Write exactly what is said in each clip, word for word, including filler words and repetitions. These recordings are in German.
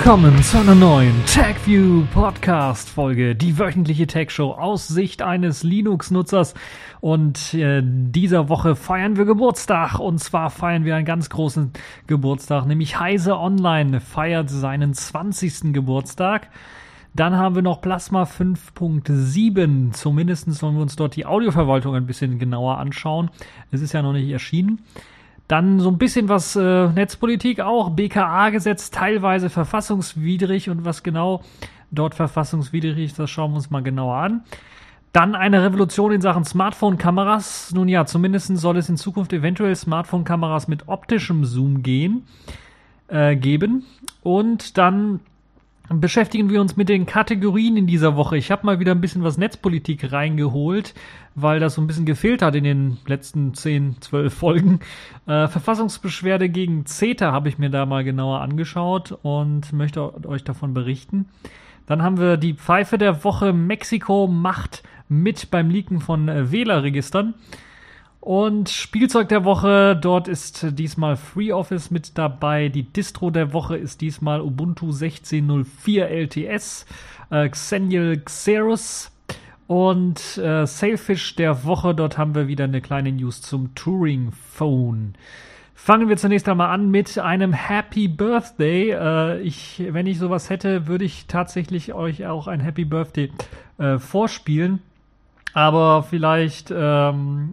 Willkommen zu einer neuen TechView Podcast Folge, die wöchentliche Tech-Show aus Sicht eines Linux-Nutzers. Und äh, dieser Woche feiern wir Geburtstag, und zwar feiern wir einen ganz großen Geburtstag, nämlich Heise Online feiert seinen zwanzigsten Geburtstag. Dann haben wir noch Plasma fünf Punkt sieben, zumindest wollen wir uns dort die Audioverwaltung ein bisschen genauer anschauen. Es ist ja noch nicht erschienen. Dann so ein bisschen was äh, Netzpolitik auch, B K A-Gesetz, teilweise verfassungswidrig, und was genau dort verfassungswidrig ist, das schauen wir uns mal genauer an. Dann eine Revolution in Sachen Smartphone-Kameras. Nun ja, zumindest soll es in Zukunft eventuell Smartphone-Kameras mit optischem Zoom gehen, äh, geben. Und dann beschäftigen wir uns mit den Kategorien in dieser Woche. Ich habe mal wieder ein bisschen was Netzpolitik reingeholt, weil das so ein bisschen gefehlt hat in den letzten zehn, zwölf Folgen. Äh, Verfassungsbeschwerde gegen CETA habe ich mir da mal genauer angeschaut und möchte euch davon berichten. Dann haben wir die Pfeife der Woche. Mexiko macht mit beim Leaken von äh, Wählerregistern. Und Spielzeug der Woche, dort ist diesmal FreeOffice mit dabei. Die Distro der Woche ist diesmal Ubuntu sechzehn Punkt null vier L T S, äh, Xenial Xerus. Und äh, Sailfish der Woche, dort haben wir wieder eine kleine News zum Turing Phone. Fangen wir zunächst einmal an mit einem Happy Birthday. Äh, ich, wenn ich sowas hätte, würde ich tatsächlich euch auch ein Happy Birthday äh, vorspielen. Aber vielleicht ähm,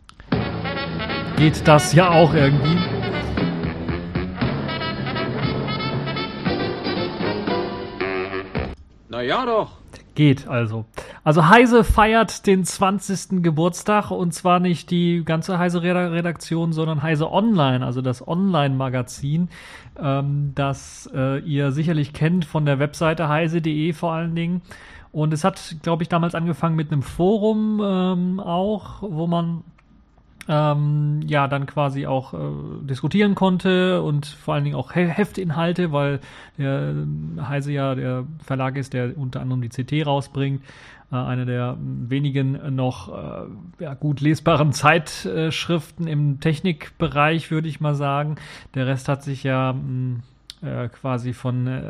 geht das ja auch irgendwie. Na ja doch. Geht also. Also Heise feiert den zwanzigsten Geburtstag, und zwar nicht die ganze Heise-Redaktion, sondern Heise Online, also das Online-Magazin, ähm, das äh, ihr sicherlich kennt von der Webseite heise punkt de vor allen Dingen. Und es hat, glaube ich, damals angefangen mit einem Forum ähm, auch, wo man Ähm, ja, dann quasi auch äh, diskutieren konnte, und vor allen Dingen auch He- Heftinhalte, weil der äh, Heise ja der Verlag ist, der unter anderem die C T rausbringt. Äh, eine der wenigen noch äh, ja, gut lesbaren Zeitschriften im Technikbereich, würde ich mal sagen. Der Rest hat sich ja mh, äh, quasi von äh,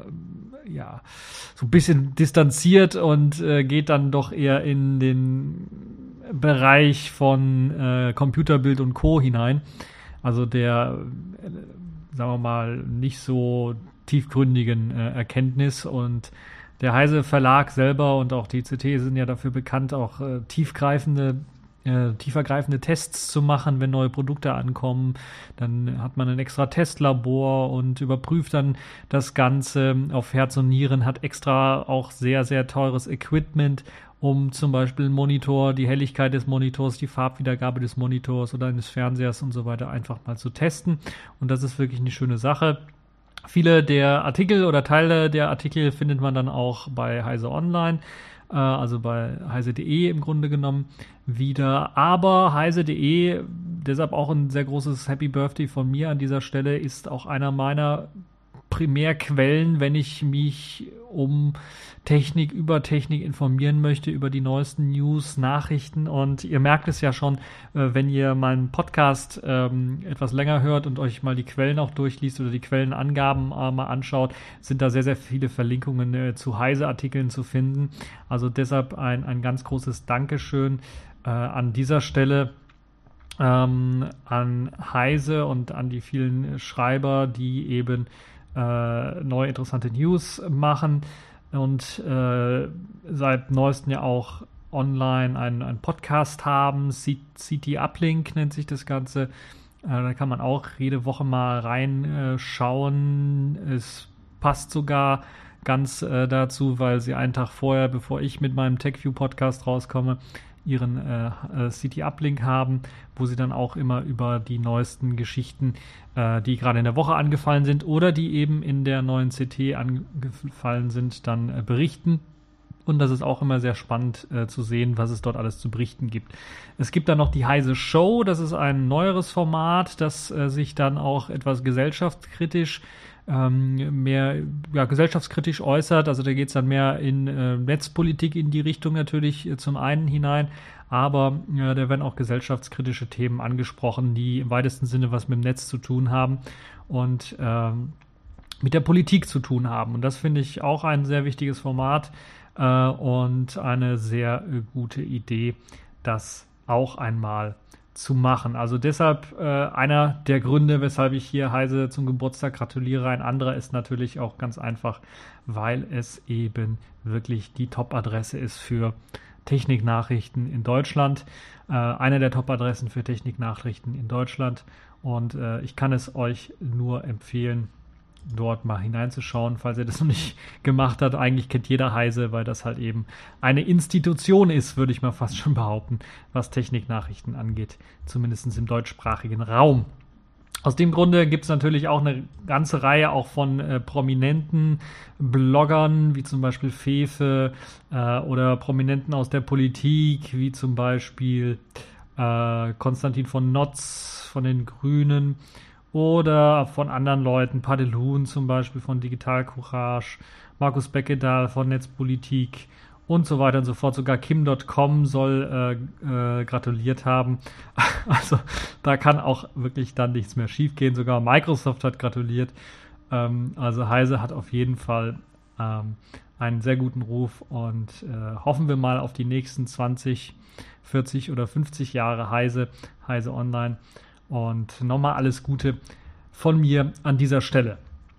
ja so ein bisschen distanziert und äh, geht dann doch eher in den Bereich von äh, Computerbild und Co. hinein. Also der, äh, sagen wir mal, nicht so tiefgründigen äh, Erkenntnis. Und der Heise Verlag selber und auch die C T sind ja dafür bekannt, auch äh, tiefgreifende äh, tiefergreifende Tests zu machen, wenn neue Produkte ankommen. Dann hat man ein extra Testlabor und überprüft dann das Ganze auf Herz und Nieren, hat extra auch sehr, sehr teures Equipment, um zum Beispiel einen Monitor, die Helligkeit des Monitors, die Farbwiedergabe des Monitors oder eines Fernsehers und so weiter einfach mal zu testen. Und das ist wirklich eine schöne Sache. Viele der Artikel oder Teile der Artikel findet man dann auch bei Heise Online, äh, also bei heise punkt de im Grunde genommen wieder. Aber heise punkt de, deshalb auch ein sehr großes Happy Birthday von mir an dieser Stelle, ist auch einer meiner Primärquellen, wenn ich mich um Technik, über Technik informieren möchte, über die neuesten News, Nachrichten. Und ihr merkt es ja schon, äh, wenn ihr meinen Podcast ähm, etwas länger hört und euch mal die Quellen auch durchliest oder die Quellenangaben äh, mal anschaut, sind da sehr, sehr viele Verlinkungen äh, zu Heise-Artikeln zu finden. Also deshalb ein, ein ganz großes Dankeschön äh, an dieser Stelle ähm, an Heise und an die vielen Schreiber, die eben äh, neue interessante News machen und äh, seit neuestem ja auch online einen, einen Podcast haben. C T Uplink nennt sich das Ganze. Äh, da kann man auch jede Woche mal reinschauen. Äh, es passt sogar ganz äh, dazu, weil sie einen Tag vorher, bevor ich mit meinem TechView Podcast rauskomme, ihren äh, äh, C T Uplink haben, wo sie dann auch immer über die neuesten Geschichten, äh, die gerade in der Woche angefallen sind oder die eben in der neuen C T angefallen sind, dann äh, berichten. Und das ist auch immer sehr spannend äh, zu sehen, was es dort alles zu berichten gibt. Es gibt dann noch die Heise Show, das ist ein neueres Format, das äh, sich dann auch etwas gesellschaftskritisch ähm, mehr ja, gesellschaftskritisch äußert. Also da geht es dann mehr in äh, Netzpolitik in die Richtung natürlich äh, zum einen hinein, aber äh, da werden auch gesellschaftskritische Themen angesprochen, die im weitesten Sinne was mit dem Netz zu tun haben. Und ähm, mit der Politik zu tun haben. Und das finde ich auch ein sehr wichtiges Format äh, und eine sehr äh, gute Idee, das auch einmal zu machen. Also deshalb äh, einer der Gründe, weshalb ich hier Heise zum Geburtstag gratuliere. Ein anderer ist natürlich auch ganz einfach, weil es eben wirklich die Top-Adresse ist für Techniknachrichten in Deutschland. Äh, eine der Top-Adressen für Techniknachrichten in Deutschland. Und äh, ich kann es euch nur empfehlen, dort mal hineinzuschauen, falls ihr das noch nicht gemacht habt. Eigentlich kennt jeder Heise, weil das halt eben eine Institution ist, würde ich mal fast schon behaupten, was Techniknachrichten angeht, zumindest im deutschsprachigen Raum. Aus dem Grunde gibt es natürlich auch eine ganze Reihe auch von äh, prominenten Bloggern, wie zum Beispiel Fefe äh, oder Prominenten aus der Politik, wie zum Beispiel äh, Konstantin von Notz von den Grünen, oder von anderen Leuten, Padelun zum Beispiel von Digital Courage, Markus Beckedahl von Netzpolitik und so weiter und so fort. Sogar Kim Punkt com soll äh, äh, gratuliert haben. Also da kann auch wirklich dann nichts mehr schief gehen. Sogar Microsoft hat gratuliert. Ähm, also Heise hat auf jeden Fall ähm, einen sehr guten Ruf und äh, hoffen wir mal auf die nächsten zwanzig, vierzig oder fünfzig Jahre Heise, Heise Online. Und nochmal alles Gute von mir an dieser Stelle.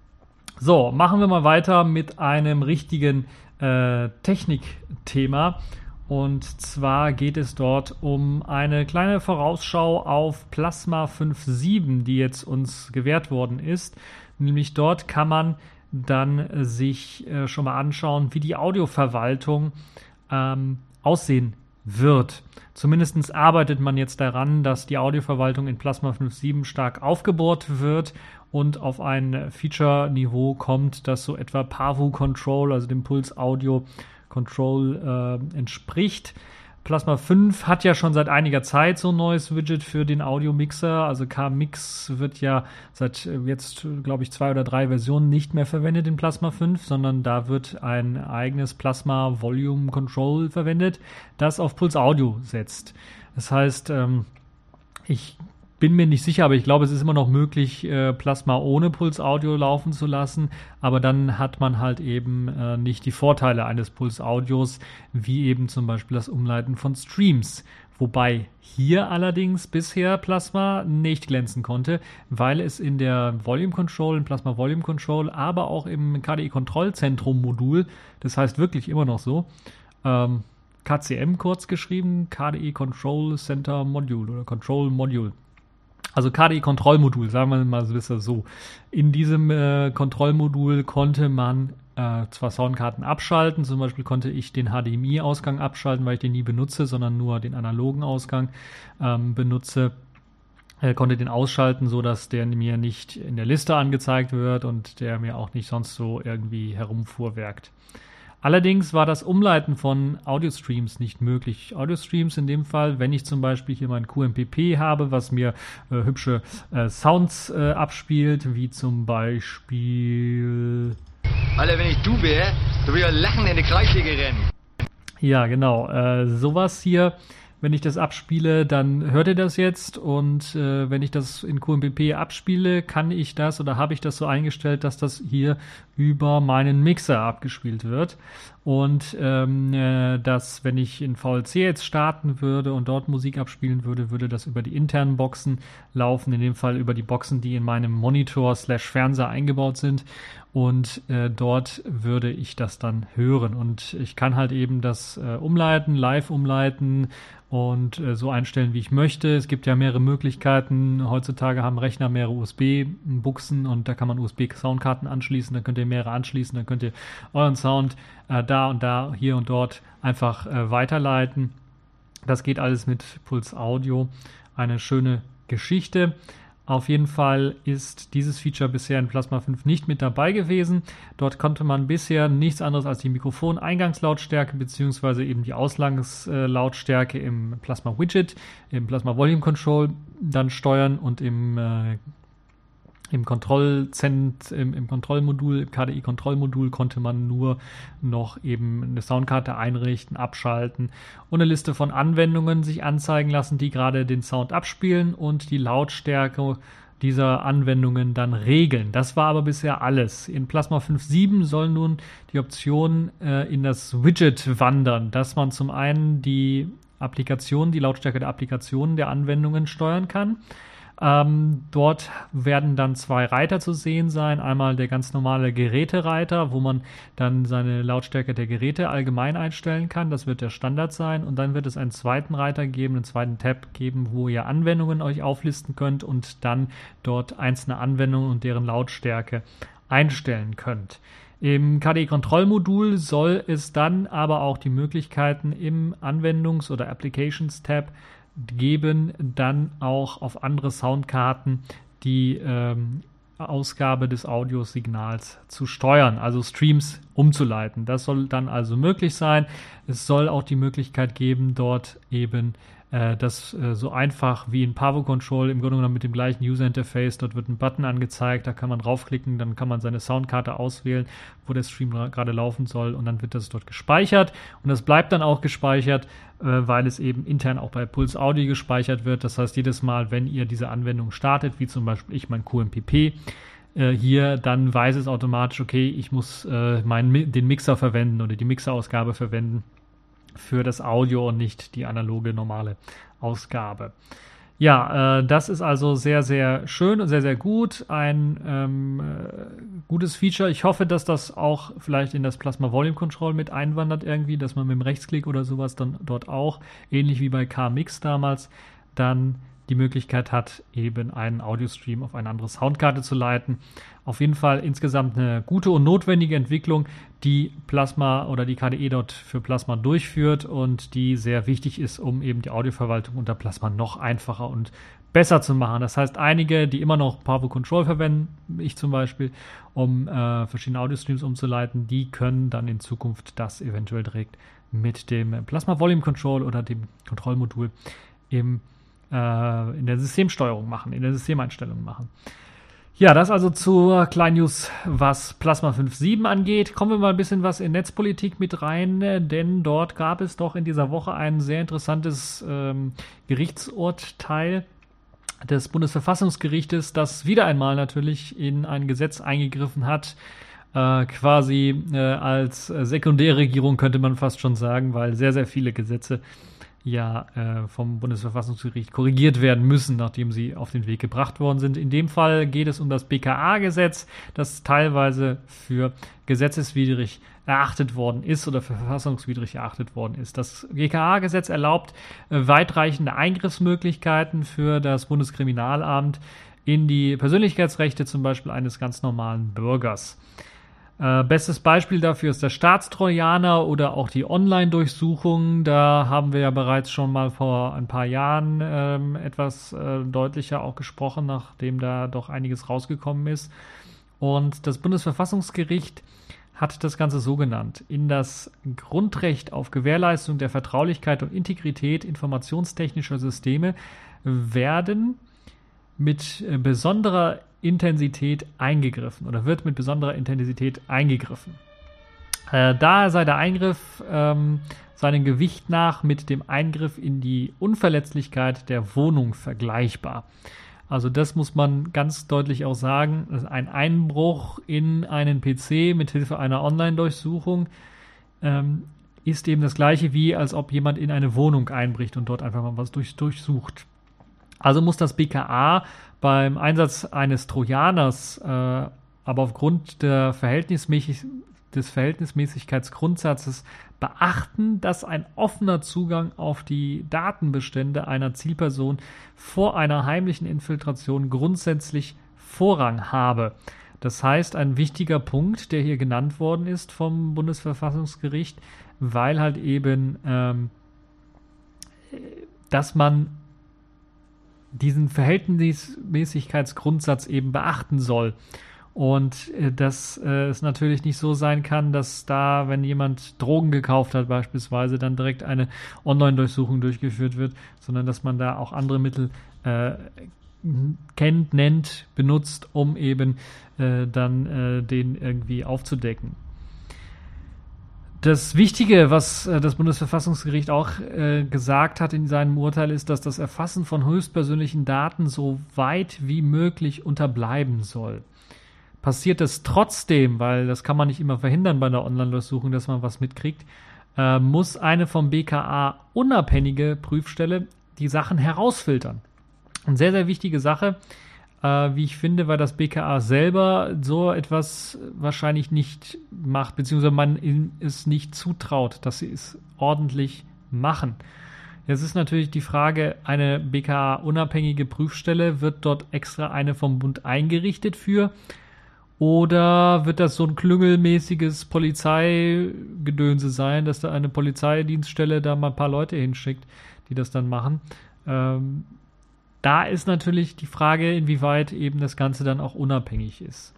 So, machen wir mal weiter mit einem richtigen äh, Technikthema. Und zwar geht es dort um eine kleine Vorausschau auf Plasma fünf Punkt sieben, die jetzt uns gewährt worden ist. Nämlich dort kann man dann sich äh, schon mal anschauen, wie die Audioverwaltung ähm, aussehen wird. Zumindest arbeitet man jetzt daran, dass die Audioverwaltung in Plasma fünf Punkt sieben stark aufgebohrt wird und auf ein Feature-Niveau kommt, das so etwa Parvu Control, also dem Puls Audio Control, äh, entspricht. Plasma fünf hat ja schon seit einiger Zeit so ein neues Widget für den Audio-Mixer. Also K-Mix wird ja seit jetzt, glaube ich, zwei oder drei Versionen nicht mehr verwendet in Plasma fünf, sondern da wird ein eigenes Plasma Volume Control verwendet, das auf Puls Audio setzt. Das heißt, ähm, ich bin mir nicht sicher, aber ich glaube, es ist immer noch möglich, äh, Plasma ohne Puls Audio laufen zu lassen, aber dann hat man halt eben äh, nicht die Vorteile eines Puls Audios, wie eben zum Beispiel das Umleiten von Streams. Wobei hier allerdings bisher Plasma nicht glänzen konnte, weil es in der Volume Control, in Plasma Volume Control, aber auch im K D E-Kontrollzentrum Modul, das heißt wirklich immer noch so, ähm, K C M kurz geschrieben, K D E-Control Center Module oder Control Module. Also K D E-Kontrollmodul, sagen wir mal so. In diesem äh, Kontrollmodul konnte man äh, zwar Soundkarten abschalten, zum Beispiel konnte ich den H D M I-Ausgang abschalten, weil ich den nie benutze, sondern nur den analogen Ausgang ähm, benutze. Er konnte den ausschalten, sodass der mir nicht in der Liste angezeigt wird und der mir auch nicht sonst so irgendwie herumfuhrwerkt. Allerdings war das Umleiten von Audio-Streams nicht möglich. Audio-Streams in dem Fall, wenn ich zum Beispiel hier mein Q M P P habe, was mir äh, hübsche äh, Sounds äh, abspielt, wie zum Beispiel... Alter, wenn ich du wäre, du würdest ja lachen in die Kreissäge rennen. Ja, genau. Äh, sowas hier, wenn ich das abspiele, dann hört ihr das jetzt und äh, wenn ich das in Q M P P abspiele, kann ich das oder habe ich das so eingestellt, dass das hier über meinen Mixer abgespielt wird und ähm, äh, dass, wenn ich in V L C jetzt starten würde und dort Musik abspielen würde, würde das über die internen Boxen laufen, in dem Fall über die Boxen, die in meinem Monitor slash Fernseher eingebaut sind und äh, dort würde ich das dann hören und ich kann halt eben das äh, umleiten, live umleiten und äh, so einstellen, wie ich möchte. Es gibt ja mehrere Möglichkeiten. Heutzutage haben Rechner mehrere U S B-Buchsen und da kann man U S B-Soundkarten anschließen. Dann könnt ihr mehrere anschließen. Dann könnt ihr euren Sound äh, da und da, hier und dort einfach äh, weiterleiten. Das geht alles mit Puls Audio. Eine schöne Geschichte. Auf jeden Fall ist dieses Feature bisher in Plasma fünf nicht mit dabei gewesen. Dort konnte man bisher nichts anderes als die Mikrofon-Eingangslautstärke beziehungsweise eben die Ausgangslautstärke im Plasma Widget, im Plasma Volume Control dann steuern und im äh, Im Kontrollzent, im, im Kontrollmodul, im K D E-Kontrollmodul konnte man nur noch eben eine Soundkarte einrichten, abschalten und eine Liste von Anwendungen sich anzeigen lassen, die gerade den Sound abspielen und die Lautstärke dieser Anwendungen dann regeln. Das war aber bisher alles. In Plasma fünf Punkt sieben soll nun die Option äh, in das Widget wandern, dass man zum einen die Applikation, die Lautstärke der Applikationen der Anwendungen steuern kann. Ähm, dort werden dann zwei Reiter zu sehen sein. Einmal der ganz normale Gerätereiter, wo man dann seine Lautstärke der Geräte allgemein einstellen kann. Das wird der Standard sein. Und dann wird es einen zweiten Reiter geben, einen zweiten Tab geben, wo ihr Anwendungen euch auflisten könnt und dann dort einzelne Anwendungen und deren Lautstärke einstellen könnt. Im K D E-Kontrollmodul soll es dann aber auch die Möglichkeiten im Anwendungs- oder Applications-Tab geben, dann auch auf andere Soundkarten die ähm, Ausgabe des Audiosignals zu steuern, also Streams umzuleiten. Das soll dann also möglich sein. Es soll auch die Möglichkeit geben, dort eben äh, das äh, so einfach wie in Pavo Control, im Grunde genommen mit dem gleichen User-Interface, dort wird ein Button angezeigt, da kann man draufklicken, dann kann man seine Soundkarte auswählen, wo der Stream gerade laufen soll und dann wird das dort gespeichert und das bleibt dann auch gespeichert, weil es eben intern auch bei Puls Audio gespeichert wird. Das heißt, jedes Mal, wenn ihr diese Anwendung startet, wie zum Beispiel ich mein Q M P P, äh, hier, dann weiß es automatisch, okay, ich muss äh, meinen, den Mixer verwenden oder die Mixerausgabe verwenden für das Audio und nicht die analoge normale Ausgabe. Ja, äh, das ist also sehr, sehr schön und sehr, sehr gut. Ein ähm, äh, gutes Feature. Ich hoffe, dass das auch vielleicht in das Plasma Volume Control mit einwandert irgendwie, dass man mit dem Rechtsklick oder sowas dann dort auch, ähnlich wie bei K-Mix damals, dann die Möglichkeit hat, eben einen Audiostream auf eine andere Soundkarte zu leiten. Auf jeden Fall insgesamt eine gute und notwendige Entwicklung, die Plasma oder die K D E dort für Plasma durchführt und die sehr wichtig ist, um eben die Audioverwaltung unter Plasma noch einfacher und besser zu machen. Das heißt, einige, die immer noch Pavo Control verwenden, ich zum Beispiel, um äh, verschiedene Audiostreams umzuleiten, die können dann in Zukunft das eventuell direkt mit dem Plasma Volume Control oder dem Kontrollmodul im in der Systemsteuerung machen, in der Systemeinstellung machen. Ja, das also zur kleinen News, was Plasma fünf Punkt sieben angeht. Kommen wir mal ein bisschen was in Netzpolitik mit rein, denn dort gab es doch in dieser Woche ein sehr interessantes ähm, Gerichtsurteil des Bundesverfassungsgerichtes, das wieder einmal natürlich in ein Gesetz eingegriffen hat, äh, quasi äh, als Sekundärregierung könnte man fast schon sagen, weil sehr, sehr viele Gesetze ja äh, vom Bundesverfassungsgericht korrigiert werden müssen, nachdem sie auf den Weg gebracht worden sind. In dem Fall geht es um das B K A-Gesetz, das teilweise für gesetzeswidrig erachtet worden ist oder für verfassungswidrig erachtet worden ist. Das B K A-Gesetz erlaubt äh, weitreichende Eingriffsmöglichkeiten für das Bundeskriminalamt in die Persönlichkeitsrechte zum Beispiel eines ganz normalen Bürgers. Äh, bestes Beispiel dafür ist der Staatstrojaner oder auch die Online-Durchsuchung. Da haben wir ja bereits schon mal vor ein paar Jahren ähm, etwas äh, deutlicher auch gesprochen, nachdem da doch einiges rausgekommen ist. Und das Bundesverfassungsgericht hat das Ganze so genannt: In das Grundrecht auf Gewährleistung der Vertraulichkeit und Integrität informationstechnischer Systeme werden mit äh, besonderer Intensität eingegriffen oder wird mit besonderer Intensität eingegriffen. Äh, daher sei der Eingriff ähm, seinem Gewicht nach mit dem Eingriff in die Unverletzlichkeit der Wohnung vergleichbar. Also das muss man ganz deutlich auch sagen. Ein Einbruch in einen P C mit Hilfe einer Online-Durchsuchung ähm, ist eben das gleiche wie, als ob jemand in eine Wohnung einbricht und dort einfach mal was durch, durchsucht. Also muss das B K A beim Einsatz eines Trojaners äh, aber aufgrund der Verhältnismäßig, des Verhältnismäßigkeitsgrundsatzes beachten, dass ein offener Zugang auf die Datenbestände einer Zielperson vor einer heimlichen Infiltration grundsätzlich Vorrang habe. Das heißt, ein wichtiger Punkt, der hier genannt worden ist vom Bundesverfassungsgericht, weil halt eben, ähm, dass man diesen Verhältnismäßigkeitsgrundsatz eben beachten soll. Und äh, dass äh, es natürlich nicht so sein kann, dass da, wenn jemand Drogen gekauft hat beispielsweise, dann direkt eine Online-Durchsuchung durchgeführt wird, sondern dass man da auch andere Mittel äh, kennt, nennt, benutzt, um eben äh, dann äh, den irgendwie aufzudecken. Das Wichtige, was äh, das Bundesverfassungsgericht auch äh, gesagt hat in seinem Urteil, ist, dass das Erfassen von höchstpersönlichen Daten so weit wie möglich unterbleiben soll. Passiert es trotzdem, weil das kann man nicht immer verhindern bei der Online-Durchsuchung, dass man was mitkriegt, äh, muss eine vom B K A unabhängige Prüfstelle die Sachen herausfiltern. Eine sehr, sehr wichtige Sache, äh, wie ich finde, weil das B K A selber so etwas wahrscheinlich nicht macht, beziehungsweise man ihnen es nicht zutraut, dass sie es ordentlich machen. Jetzt ist natürlich die Frage, eine B K A-unabhängige Prüfstelle, wird dort extra eine vom Bund eingerichtet für? Oder wird das so ein klüngelmäßiges Polizeigedönse sein, dass da eine Polizeidienststelle da mal ein paar Leute hinschickt, die das dann machen? Ähm, da ist natürlich die Frage, inwieweit eben das Ganze dann auch unabhängig ist.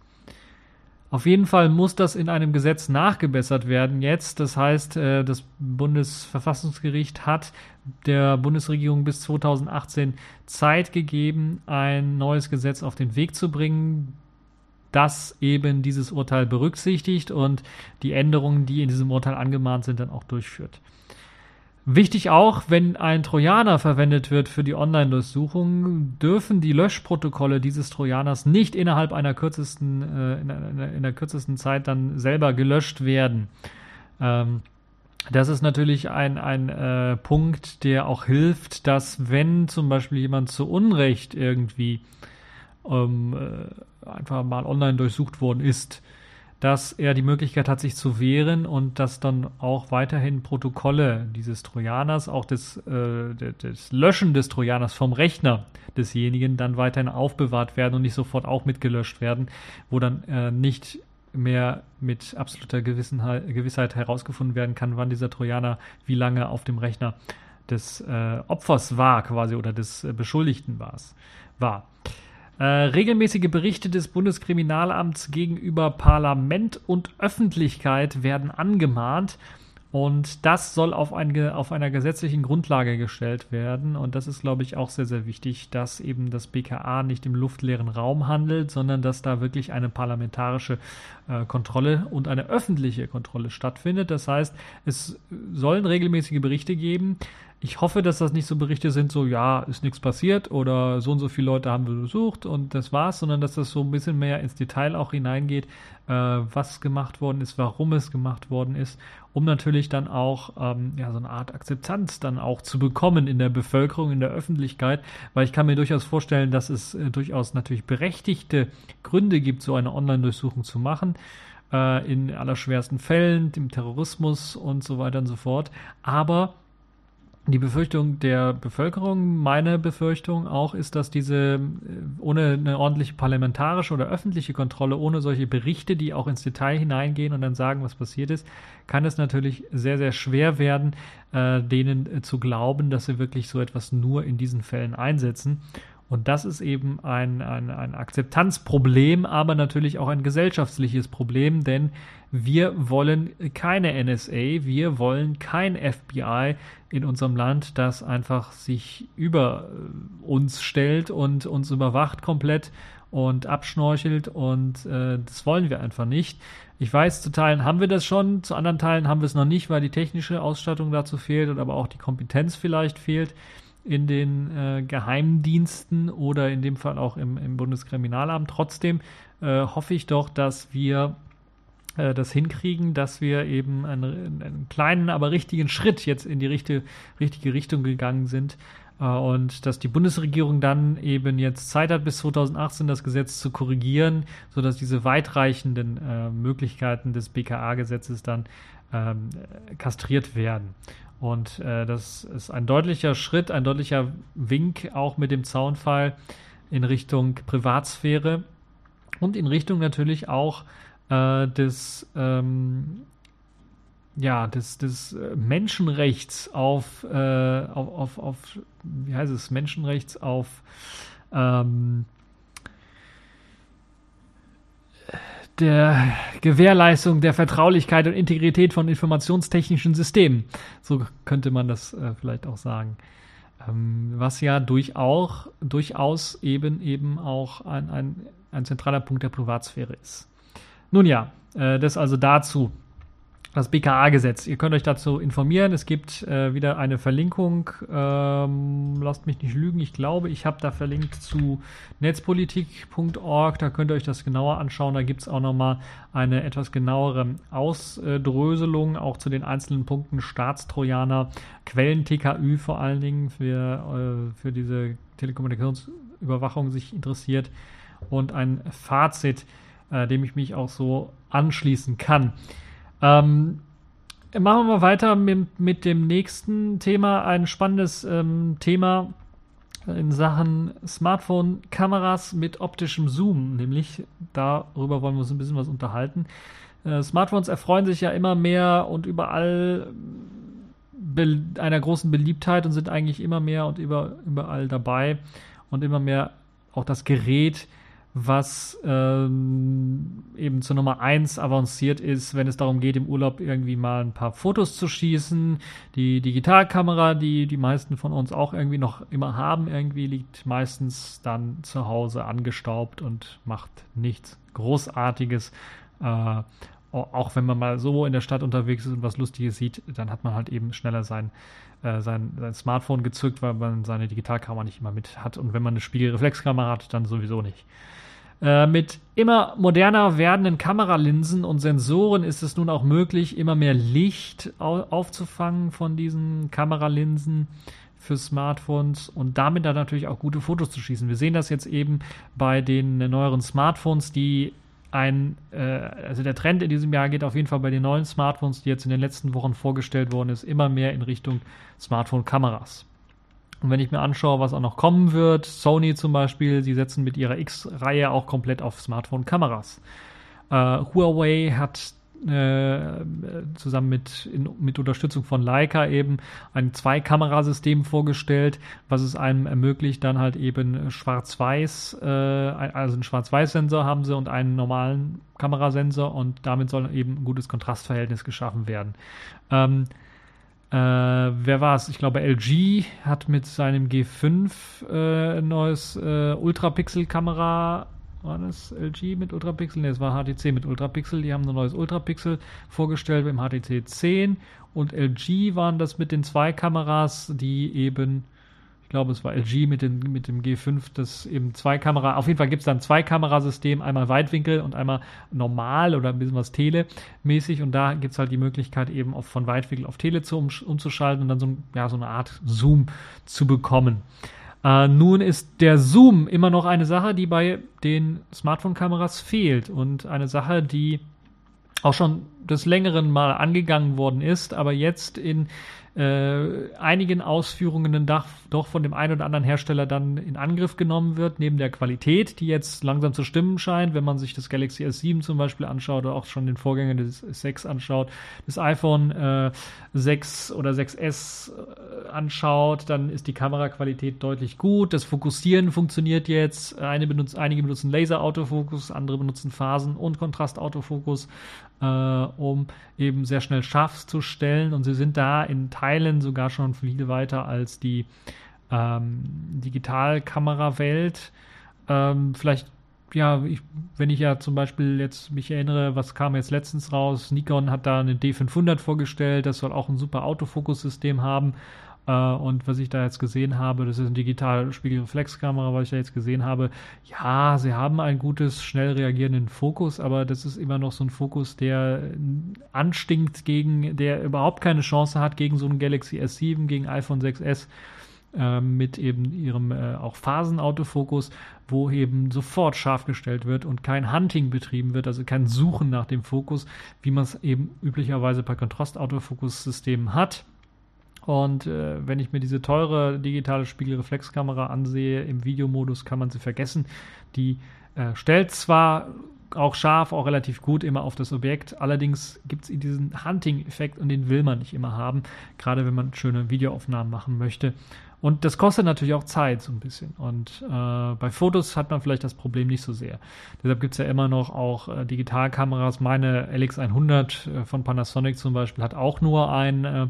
Auf jeden Fall muss das in einem Gesetz nachgebessert werden jetzt. Das heißt, das Bundesverfassungsgericht hat der Bundesregierung bis zweitausendachtzehn Zeit gegeben, ein neues Gesetz auf den Weg zu bringen, das eben dieses Urteil berücksichtigt und die Änderungen, die in diesem Urteil angemahnt sind, dann auch durchführt. Wichtig auch, wenn ein Trojaner verwendet wird für die Online-Durchsuchung, dürfen die Löschprotokolle dieses Trojaners nicht innerhalb einer kürzesten, äh, in, einer, in der kürzesten Zeit dann selber gelöscht werden. Ähm, das ist natürlich ein, ein äh, Punkt, der auch hilft, dass wenn zum Beispiel jemand zu Unrecht irgendwie ähm, äh, einfach mal online durchsucht worden ist, dass er die Möglichkeit hat, sich zu wehren und dass dann auch weiterhin Protokolle dieses Trojaners, auch des, äh, des Löschen des Trojaners vom Rechner desjenigen dann weiterhin aufbewahrt werden und nicht sofort auch mitgelöscht werden, wo dann äh, nicht mehr mit absoluter Gewissenheit, Gewissheit herausgefunden werden kann, wann dieser Trojaner wie lange auf dem Rechner des äh, Opfers war quasi oder des äh, Beschuldigten war's, war. Äh, regelmäßige Berichte des Bundeskriminalamts gegenüber Parlament und Öffentlichkeit werden angemahnt und das soll auf, ein, auf einer gesetzlichen Grundlage gestellt werden und das ist, glaube ich, auch sehr, sehr wichtig, dass eben das B K A nicht im luftleeren Raum handelt, sondern dass da wirklich eine parlamentarische äh, Kontrolle und eine öffentliche Kontrolle stattfindet. Das heißt, es sollen regelmäßige Berichte geben. Ich hoffe, dass das nicht so Berichte sind, so, ja, ist nichts passiert oder so und so viele Leute haben wir besucht und das war's, sondern dass das so ein bisschen mehr ins Detail auch hineingeht, äh, was gemacht worden ist, warum es gemacht worden ist, um natürlich dann auch ähm, ja, so eine Art Akzeptanz dann auch zu bekommen in der Bevölkerung, in der Öffentlichkeit, weil ich kann mir durchaus vorstellen, dass es äh, durchaus natürlich berechtigte Gründe gibt, so eine Online-Durchsuchung zu machen, äh, in allerschwersten Fällen, dem Terrorismus und so weiter und so fort, aber die Befürchtung der Bevölkerung, meine Befürchtung auch, ist, dass diese ohne eine ordentliche parlamentarische oder öffentliche Kontrolle, ohne solche Berichte, die auch ins Detail hineingehen und dann sagen, was passiert ist, kann es natürlich sehr, sehr schwer werden, äh, denen äh, zu glauben, dass sie wirklich so etwas nur in diesen Fällen einsetzen. Und das ist eben ein, ein, ein Akzeptanzproblem, aber natürlich auch ein gesellschaftliches Problem, denn wir wollen keine N S A, wir wollen kein F B I in unserem Land, das einfach sich über uns stellt und uns überwacht komplett und abschnorchelt und äh, das wollen wir einfach nicht. Ich weiß, zu Teilen haben wir das schon, zu anderen Teilen haben wir es noch nicht, weil die technische Ausstattung dazu fehlt und aber auch die Kompetenz vielleicht fehlt in den äh, Geheimdiensten oder in dem Fall auch im, im Bundeskriminalamt. Trotzdem äh, hoffe ich doch, dass wir äh, das hinkriegen, dass wir eben einen, einen kleinen, aber richtigen Schritt jetzt in die richtige, richtige Richtung gegangen sind äh, und dass die Bundesregierung dann eben jetzt Zeit hat, bis zweitausendachtzehn das Gesetz zu korrigieren, sodass diese weitreichenden äh, Möglichkeiten des B K A-Gesetzes dann ähm, kastriert werden. Und äh, das ist ein deutlicher Schritt, ein deutlicher Wink auch mit dem Zaunpfahl in Richtung Privatsphäre und in Richtung natürlich auch äh, des, ähm, ja, des, des Menschenrechts auf, äh, auf, auf, auf, wie heißt es, Menschenrechts auf ähm, der Gewährleistung der Vertraulichkeit und Integrität von informationstechnischen Systemen. So könnte man das äh, vielleicht auch sagen. Ähm, was ja durchaus, durchaus eben eben auch ein, ein, ein zentraler Punkt der Privatsphäre ist. Nun ja, äh, das also dazu. das B K A-Gesetz. Ihr könnt euch dazu informieren. Es gibt äh, wieder eine Verlinkung. Ähm, lasst mich nicht lügen. Ich glaube, ich habe da verlinkt zu netzpolitik punkt org. Da könnt ihr euch das genauer anschauen. Da gibt es auch nochmal eine etwas genauere Ausdröselung, auch zu den einzelnen Punkten Staatstrojaner, Quellen-T K Ü vor allen Dingen, für, äh, für diese Telekommunikationsüberwachung sich interessiert. Und ein Fazit, äh, dem ich mich auch so anschließen kann. Ähm, machen wir mal weiter mit, mit dem nächsten Thema. Ein spannendes ähm, Thema in Sachen Smartphone-Kameras mit optischem Zoom. Nämlich, darüber wollen wir uns ein bisschen was unterhalten. Äh, Smartphones erfreuen sich ja immer mehr und überall be- einer großen Beliebtheit und sind eigentlich immer mehr und über, überall dabei. Und immer mehr auch das Gerät, was ähm, eben zur Nummer eins avanciert ist, wenn es darum geht, im Urlaub irgendwie mal ein paar Fotos zu schießen. Die Digitalkamera, die die meisten von uns auch irgendwie noch immer haben, irgendwie liegt meistens dann zu Hause angestaubt und macht nichts Großartiges. Äh, auch wenn man mal so in der Stadt unterwegs ist und was Lustiges sieht, dann hat man halt eben schneller sein äh, sein, sein Smartphone gezückt, weil man seine Digitalkamera nicht immer mit hat. Und wenn man eine Spiegelreflexkamera hat, dann sowieso nicht. Äh, mit immer moderner werdenden Kameralinsen und Sensoren ist es nun auch möglich, immer mehr Licht au- aufzufangen von diesen Kameralinsen für Smartphones und damit dann natürlich auch gute Fotos zu schießen. Wir sehen das jetzt eben bei den neueren Smartphones, die ein, äh, also der Trend in diesem Jahr geht auf jeden Fall bei den neuen Smartphones, die jetzt in den letzten Wochen vorgestellt worden ist, immer mehr in Richtung Smartphone-Kameras. Und wenn ich mir anschaue, was auch noch kommen wird, Sony zum Beispiel, sie setzen mit ihrer X-Reihe auch komplett auf Smartphone-Kameras. Äh, Huawei hat äh, zusammen mit, in, mit Unterstützung von Leica eben ein Zwei-Kamerasystem vorgestellt, was es einem ermöglicht, dann halt eben schwarz-weiß, äh, also einen Schwarz-Weiß-Sensor haben sie und einen normalen Kamerasensor und damit soll eben ein gutes Kontrastverhältnis geschaffen werden. Ähm, Äh, wer war es? Ich glaube, L G hat mit seinem G fünf äh, ein neues äh, Ultrapixel-Kamera. War das L G mit Ultrapixel? Ne, es war H T C mit Ultrapixel. Die haben ein neues Ultrapixel vorgestellt im H T C zehn. Und L G waren das mit den zwei Kameras, die eben, ich glaube, es war L G mit, den, mit dem G fünf, das eben zwei Kamera, auf jeden Fall gibt es dann zwei Kamerasystem, einmal Weitwinkel und einmal normal oder ein bisschen was Tele-mäßig und da gibt es halt die Möglichkeit eben auf, von Weitwinkel auf Tele zu, um, umzuschalten und dann so, ein, ja, so eine Art Zoom zu bekommen. Äh, nun ist der Zoom immer noch eine Sache, die bei den Smartphone-Kameras fehlt und eine Sache, die auch schon des Längeren mal angegangen worden ist, aber jetzt in äh, einigen Ausführungen dann doch, doch von dem einen oder anderen Hersteller dann in Angriff genommen wird, neben der Qualität, die jetzt langsam zu stimmen scheint, wenn man sich das Galaxy S sieben zum Beispiel anschaut oder auch schon den Vorgänger des S sechs anschaut, das iPhone äh, sechs oder sechs S äh, anschaut, dann ist die Kameraqualität deutlich gut, das Fokussieren funktioniert jetzt, Eine benutzt, einige benutzen Laser-Autofokus, andere benutzen Phasen- und Kontrastautofokus, äh, um eben sehr schnell scharf zu stellen und sie sind da in Teilen sogar schon viel weiter als die ähm, Digitalkamerawelt. Ähm, vielleicht, ja, ich, wenn ich ja zum Beispiel jetzt mich erinnere, was kam jetzt letztens raus, Nikon hat da eine D fünfhundert vorgestellt, das soll auch ein super Autofokussystem haben. Und was ich da jetzt gesehen habe, das ist eine digitale Spiegelreflexkamera, was ich da jetzt gesehen habe. Ja, sie haben einen gutes, schnell reagierenden Fokus, aber das ist immer noch so ein Fokus, der anstinkt gegen, der überhaupt keine Chance hat gegen so ein Galaxy S sieben, gegen iPhone sechs S äh, mit eben ihrem äh, auch Phasenautofokus, wo eben sofort scharf gestellt wird und kein Hunting betrieben wird, also kein Suchen nach dem Fokus, wie man es eben üblicherweise bei Kontrastautofokussystemen hat. Und äh, wenn ich mir diese teure digitale Spiegelreflexkamera ansehe, im Videomodus kann man sie vergessen. Die äh, stellt zwar auch scharf, auch relativ gut immer auf das Objekt, allerdings gibt es diesen Hunting-Effekt und den will man nicht immer haben, gerade wenn man schöne Videoaufnahmen machen möchte. Und das kostet natürlich auch Zeit so ein bisschen. Und äh, bei Fotos hat man vielleicht das Problem nicht so sehr. Deshalb gibt es ja immer noch auch äh, Digitalkameras. Meine L X hundert äh, von Panasonic zum Beispiel hat auch nur ein äh,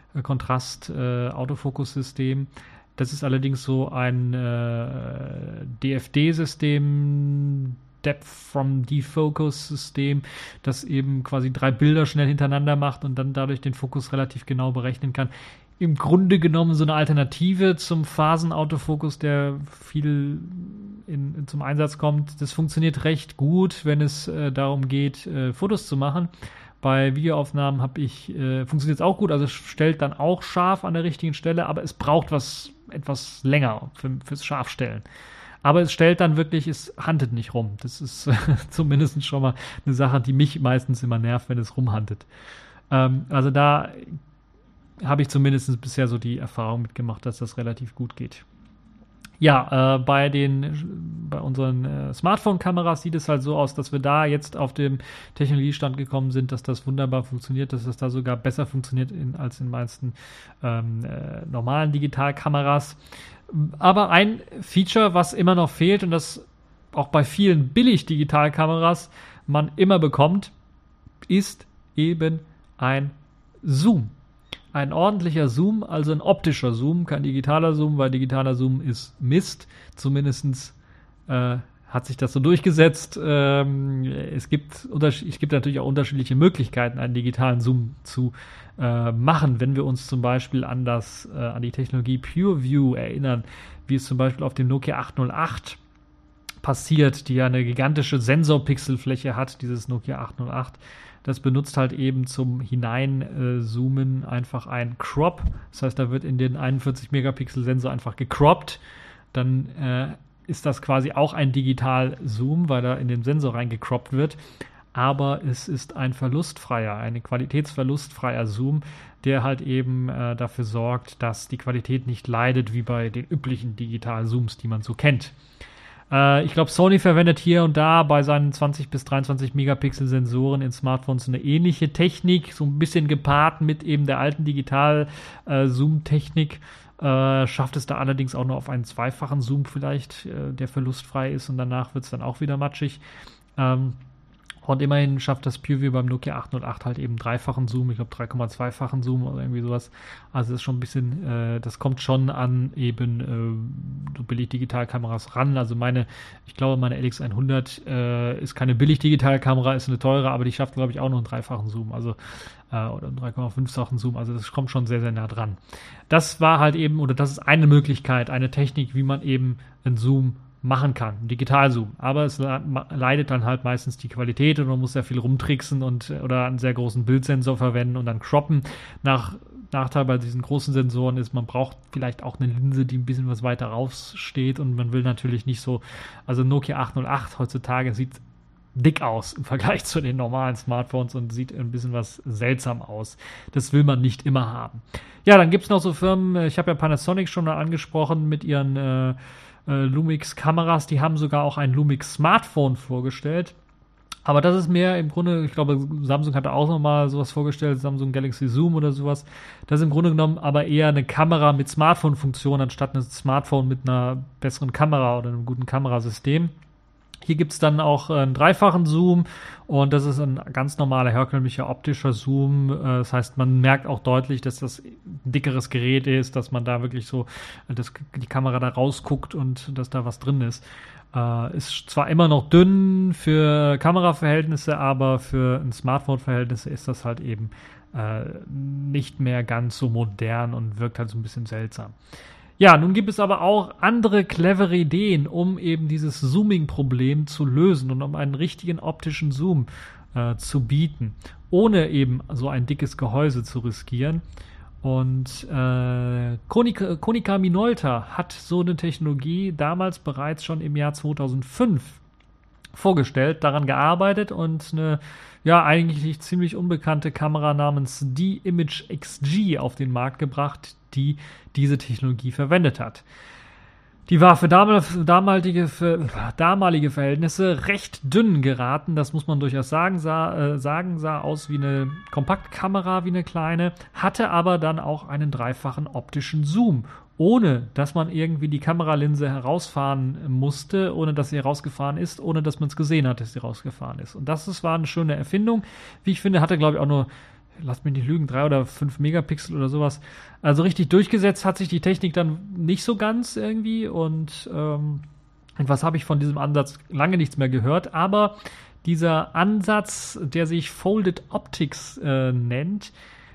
Kontrast-Autofokus-System. Äh, das ist allerdings so ein äh, D F D-System, Depth from Defocus System, das eben quasi drei Bilder schnell hintereinander macht und dann dadurch den Fokus relativ genau berechnen kann. Im Grunde genommen so eine Alternative zum Phasenautofokus, der viel in, in zum Einsatz kommt. Das funktioniert recht gut, wenn es äh, darum geht, äh, Fotos zu machen. Bei Videoaufnahmen habe ich, äh, funktioniert es auch gut, also es stellt dann auch scharf an der richtigen Stelle, aber es braucht was etwas länger für, fürs Scharfstellen. Aber es stellt dann wirklich, es handelt nicht rum. Das ist äh, zumindest schon mal eine Sache, die mich meistens immer nervt, wenn es rumhandelt. Ähm, also da habe ich zumindest bisher so die Erfahrung mitgemacht, dass das relativ gut geht. Ja, äh, bei den, bei unseren äh, Smartphone-Kameras sieht es halt so aus, dass wir da jetzt auf dem Technologiestand gekommen sind, dass das wunderbar funktioniert, dass das da sogar besser funktioniert in, als in meisten ähm, äh, normalen Digitalkameras. Aber ein Feature, was immer noch fehlt und das auch bei vielen Billig-Digitalkameras man immer bekommt, ist eben ein Zoom. Ein ordentlicher Zoom, also ein optischer Zoom, kein digitaler Zoom, weil digitaler Zoom ist Mist. Zumindest äh, hat sich das so durchgesetzt. Ähm, es gibt, es gibt natürlich auch unterschiedliche Möglichkeiten, einen digitalen Zoom zu äh, machen. Wenn wir uns zum Beispiel an, das, äh, an die Technologie PureView erinnern, wie es zum Beispiel auf dem Nokia acht null acht passiert, die ja eine gigantische Sensorpixelfläche hat, dieses Nokia acht null acht. Das benutzt halt eben zum Hineinzoomen einfach ein Crop. Das heißt, da wird in den einundvierzig Megapixel Sensor einfach gecroppt. Dann äh, ist das quasi auch ein Digital-Zoom, weil da in den Sensor reingecroppt wird. Aber es ist ein verlustfreier, ein qualitätsverlustfreier Zoom, der halt eben äh, dafür sorgt, dass die Qualität nicht leidet, wie bei den üblichen Digital-Zooms, die man so kennt. Ich glaube, Sony verwendet hier und da bei seinen zwanzig bis dreiundzwanzig Megapixel Sensoren in Smartphones eine ähnliche Technik, so ein bisschen gepaart mit eben der alten Digital-Zoom-Technik. Äh, schafft es da allerdings auch nur auf einen zweifachen Zoom vielleicht, äh, der verlustfrei ist und danach wird es dann auch wieder matschig. Ähm, Und immerhin schafft das PureView beim Nokia acht null acht halt eben dreifachen Zoom, ich glaube drei Komma zwei-fachen Zoom oder irgendwie sowas. Also das ist schon ein bisschen, äh, das kommt schon an eben äh, so Billig-Digitalkameras ran. Also meine, ich glaube meine L X hundert äh, ist keine Billig-Digitalkamera, ist eine teure, aber die schafft glaube ich auch noch einen dreifachen Zoom, also äh, oder einen drei Komma fünffachen Zoom. Also das kommt schon sehr, sehr nah dran. Das war halt eben, oder das ist eine Möglichkeit, eine Technik, wie man eben einen Zoom machen kann, ein Digitalzoom, aber es leidet dann halt meistens die Qualität und man muss sehr viel rumtricksen und oder einen sehr großen Bildsensor verwenden und dann croppen. Nach, Nachteil bei diesen großen Sensoren ist, man braucht vielleicht auch eine Linse, die ein bisschen was weiter raussteht und man will natürlich nicht so, also Nokia acht null acht heutzutage sieht dick aus im Vergleich zu den normalen Smartphones und sieht ein bisschen was seltsam aus. Das will man nicht immer haben. Ja, dann gibt es noch so Firmen, ich habe ja Panasonic schon mal angesprochen mit ihren äh, Lumix-Kameras, die haben sogar auch ein Lumix-Smartphone vorgestellt. Aber das ist mehr im Grunde, ich glaube, Samsung hatte auch nochmal sowas vorgestellt, Samsung Galaxy Zoom oder sowas. Das ist im Grunde genommen aber eher eine Kamera mit Smartphone-Funktion, anstatt ein Smartphone mit einer besseren Kamera oder einem guten Kamerasystem. Hier gibt es dann auch einen dreifachen Zoom und das ist ein ganz normaler, herkömmlicher optischer Zoom. Das heißt, man merkt auch deutlich, dass das ein dickeres Gerät ist, dass man da wirklich so, dass die Kamera da rausguckt und dass da was drin ist. Äh, ist zwar immer noch dünn für Kameraverhältnisse, aber für ein Smartphone-Verhältnisse ist das halt eben äh, nicht mehr ganz so modern und wirkt halt so ein bisschen seltsam. Ja, nun gibt es aber auch andere clevere Ideen, um eben dieses Zooming-Problem zu lösen und um einen richtigen optischen Zoom äh, zu bieten, ohne eben so ein dickes Gehäuse zu riskieren. Und äh, Konica, Konica Minolta hat so eine Technologie damals bereits schon im Jahr zweitausendfünf vorgestellt, daran gearbeitet und eine ja eigentlich ziemlich unbekannte Kamera namens D-Image X G auf den Markt gebracht, die diese Technologie verwendet hat. Die war für damalige, für damalige Verhältnisse recht dünn geraten, das muss man durchaus sagen, sah, äh, sagen, sah aus wie eine Kompaktkamera, wie eine kleine, hatte aber dann auch einen dreifachen optischen Zoom, ohne dass man irgendwie die Kameralinse herausfahren musste, ohne dass sie herausgefahren ist, ohne dass man es gesehen hat, dass sie rausgefahren ist. Und das ist, war eine schöne Erfindung, wie ich finde, hatte glaube ich auch nur, lasst mich nicht lügen, drei oder fünf Megapixel oder sowas. Also richtig durchgesetzt hat sich die Technik dann nicht so ganz irgendwie und ähm, Etwas habe ich von diesem Ansatz lange nichts mehr gehört, aber dieser Ansatz, der sich Folded Optics äh, nennt,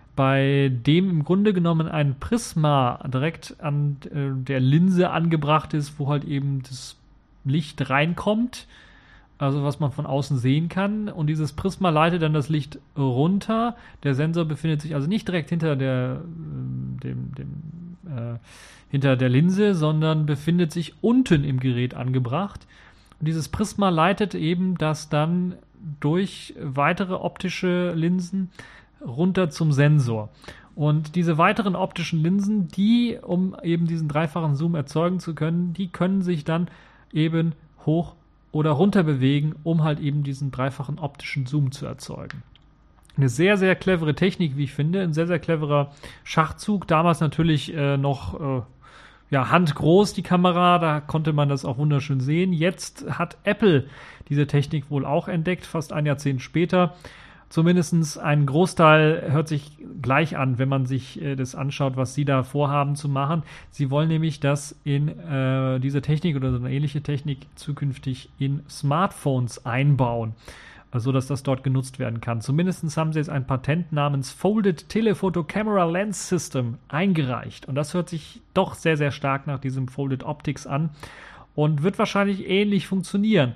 bei dem im Grunde genommen ein Prisma direkt an äh, der Linse angebracht ist, wo halt eben das Licht reinkommt, also was man von außen sehen kann, und dieses Prisma leitet dann das Licht runter. Der Sensor befindet sich also nicht direkt hinter der, äh, dem, dem, äh, hinter der Linse, sondern befindet sich unten im Gerät angebracht. Und dieses Prisma leitet eben das dann durch weitere optische Linsen runter zum Sensor. Und diese weiteren optischen Linsen, die, um eben diesen dreifachen Zoom erzeugen zu können, die können sich dann eben hoch oder runter bewegen, um halt eben diesen dreifachen optischen Zoom zu erzeugen. Eine sehr, sehr clevere Technik, wie ich finde, ein sehr, sehr cleverer Schachzug. Damals natürlich äh, noch äh, ja, handgroß die Kamera, da konnte man das auch wunderschön sehen. Jetzt hat Apple diese Technik wohl auch entdeckt, fast ein Jahrzehnt später. Zumindest ein Großteil hört sich gleich an, wenn man sich äh, das anschaut, was sie da vorhaben zu machen. Sie wollen nämlich das in äh, diese Technik oder so eine ähnliche Technik zukünftig in Smartphones einbauen, so dass das dort genutzt werden kann. Zumindest haben sie jetzt ein Patent namens Folded Telephoto Camera Lens System eingereicht. Und das hört sich doch sehr, sehr stark nach diesem Folded Optics an und wird wahrscheinlich ähnlich funktionieren.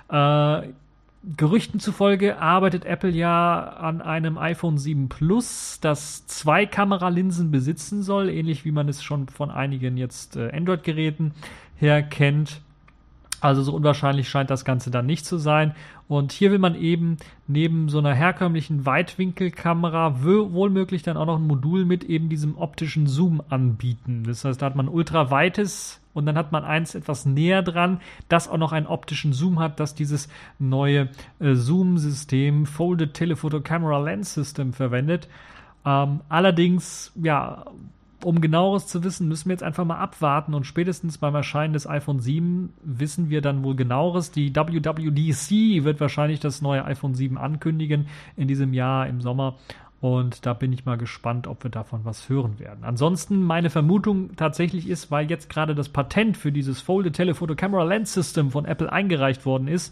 Äh, Gerüchten zufolge arbeitet Apple ja an einem iPhone sieben Plus, das zwei Kameralinsen besitzen soll, ähnlich wie man es schon von einigen jetzt äh, Android-Geräten her kennt. Also so unwahrscheinlich scheint das Ganze dann nicht zu sein. Und hier will man eben neben so einer herkömmlichen Weitwinkelkamera wohlmöglich dann auch noch ein Modul mit eben diesem optischen Zoom anbieten. Das heißt, da hat man ultraweites und dann hat man eins etwas näher dran, das auch noch einen optischen Zoom hat, das dieses neue äh, Zoom-System Folded Telephoto Camera Lens System verwendet. Ähm, allerdings, ja, um genaueres zu wissen, müssen wir jetzt einfach mal abwarten und spätestens beim Erscheinen des iPhone sieben wissen wir dann wohl genaueres. Die W W D C wird wahrscheinlich das neue iPhone sieben ankündigen in diesem Jahr im Sommer und da bin ich mal gespannt, ob wir davon was hören werden. Ansonsten meine Vermutung tatsächlich ist, weil jetzt gerade das Patent für dieses Folded Telephoto Camera Lens System von Apple eingereicht worden ist,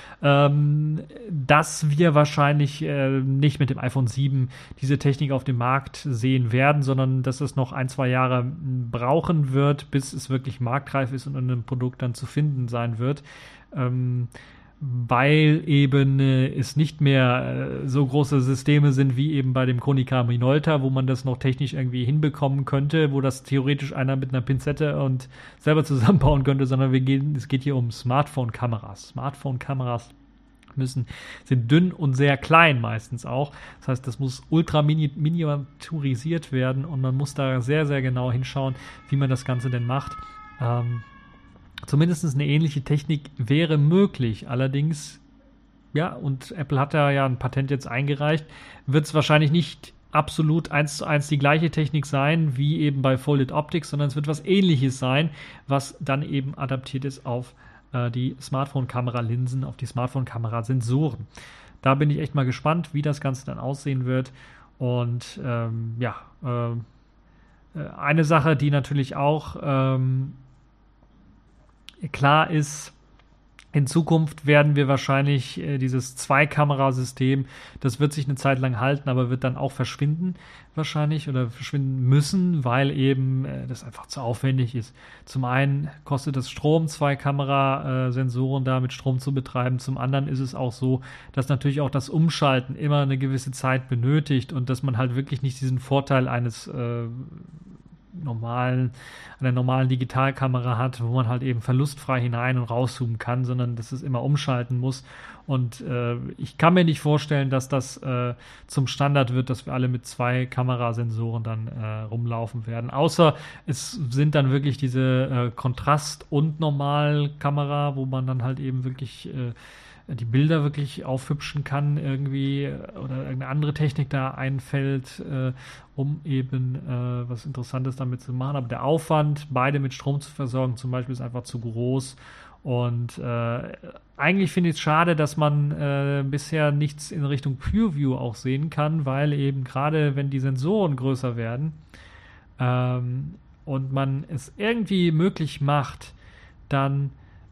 Ähm, dass wir wahrscheinlich äh, nicht mit dem iPhone sieben diese Technik auf dem Markt sehen werden, sondern dass es noch ein, zwei Jahre brauchen wird, bis es wirklich marktreif ist und in einem Produkt dann zu finden sein wird. Ähm, weil eben äh, es nicht mehr äh, so große Systeme sind wie eben bei dem Konica Minolta, wo man das noch technisch irgendwie hinbekommen könnte, wo das theoretisch einer mit einer Pinzette und selber zusammenbauen könnte, sondern wir gehen, es geht hier um Smartphone-Kameras. Smartphone-Kameras müssen, sind dünn und sehr klein meistens auch. Das heißt, das muss ultra mini- miniaturisiert werden und man muss da sehr, sehr genau hinschauen, wie man das Ganze denn macht. Ähm, Zumindest eine ähnliche Technik wäre möglich. Allerdings, ja, und Apple hat da ja ein Patent jetzt eingereicht, wird es wahrscheinlich nicht absolut eins zu eins die gleiche Technik sein, wie eben bei Folded Optics, sondern es wird was Ähnliches sein, was dann eben adaptiert ist auf äh, die Smartphone-Kamera-Linsen, auf die Smartphone-Kamera-Sensoren. Da bin ich echt mal gespannt, wie das Ganze dann aussehen wird. Und ähm, ja, äh, eine Sache, die natürlich auch ähm, klar ist, in Zukunft werden wir wahrscheinlich äh, dieses Zwei-Kamerasystem, das wird sich eine Zeit lang halten, aber wird dann auch verschwinden wahrscheinlich oder verschwinden müssen, weil eben äh, das einfach zu aufwendig ist. Zum einen kostet es Strom, zwei Kamerasensoren da mit Strom zu betreiben. Zum anderen ist es auch so, dass natürlich auch das Umschalten immer eine gewisse Zeit benötigt und dass man halt wirklich nicht diesen Vorteil eines äh, normalen, einer normalen Digitalkamera hat, wo man halt eben verlustfrei hinein und rauszoomen kann, sondern dass es immer umschalten muss. Und äh, ich kann mir nicht vorstellen, dass das äh, zum Standard wird, dass wir alle mit zwei Kamerasensoren dann äh, rumlaufen werden. Außer es sind dann wirklich diese äh, Kontrast- und Normalkamera, wo man dann halt eben wirklich äh, die Bilder wirklich aufhübschen kann irgendwie oder irgendeine andere Technik da einfällt, äh, um eben äh, was Interessantes damit zu machen. Aber der Aufwand, beide mit Strom zu versorgen zum Beispiel, ist einfach zu groß. Und äh, eigentlich finde ich es schade, dass man äh, bisher nichts in Richtung PureView auch sehen kann, weil eben gerade wenn die Sensoren größer werden ähm, und man es irgendwie möglich macht, dann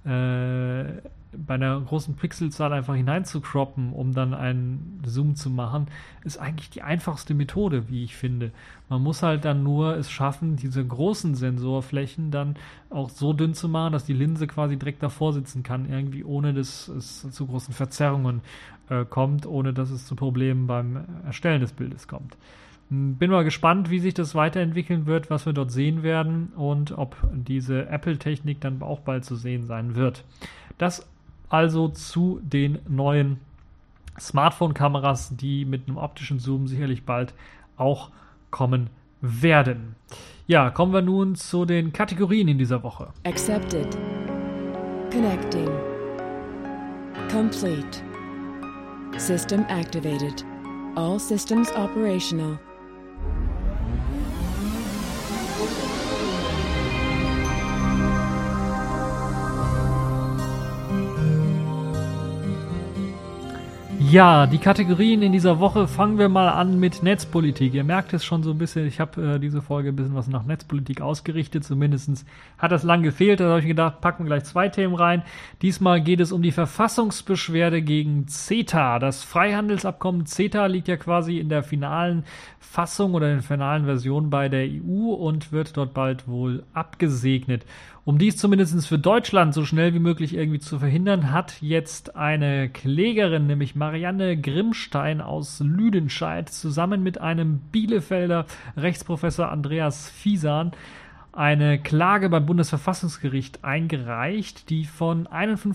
äh, bei einer großen Pixelzahl einfach hineinzukroppen, um dann einen Zoom zu machen, ist eigentlich die einfachste Methode, wie ich finde. Man muss halt dann nur es schaffen, diese großen Sensorflächen dann auch so dünn zu machen, dass die Linse quasi direkt davor sitzen kann, irgendwie ohne dass es zu großen Verzerrungen äh, kommt, ohne dass es zu Problemen beim Erstellen des Bildes kommt. Bin mal gespannt, wie sich das weiterentwickeln wird, was wir dort sehen werden und ob diese Apple-Technik dann auch bald zu sehen sein wird. Das also zu den neuen Smartphone-Kameras, die mit einem optischen Zoom sicherlich bald auch kommen werden. Ja, kommen wir nun zu den Kategorien in dieser Woche. Accepted. Connecting. Complete. System activated. All systems operational. Ja, die Kategorien in dieser Woche, fangen wir mal an mit Netzpolitik. Ihr merkt es schon so ein bisschen, ich habe äh, diese Folge ein bisschen was nach Netzpolitik ausgerichtet, zumindest hat das lang gefehlt, da habe ich gedacht, packen wir gleich zwei Themen rein. Diesmal geht es um die Verfassungsbeschwerde gegen CETA. Das Freihandelsabkommen CETA liegt ja quasi in der finalen Fassung oder in der finalen Version bei der E U und wird dort bald wohl abgesegnet. Um dies zumindest für Deutschland so schnell wie möglich irgendwie zu verhindern, hat jetzt eine Klägerin, nämlich Marianne Grimmstein aus Lüdenscheid, zusammen mit einem Bielefelder Rechtsprofessor Andreas Fiesan eine Klage beim Bundesverfassungsgericht eingereicht, die von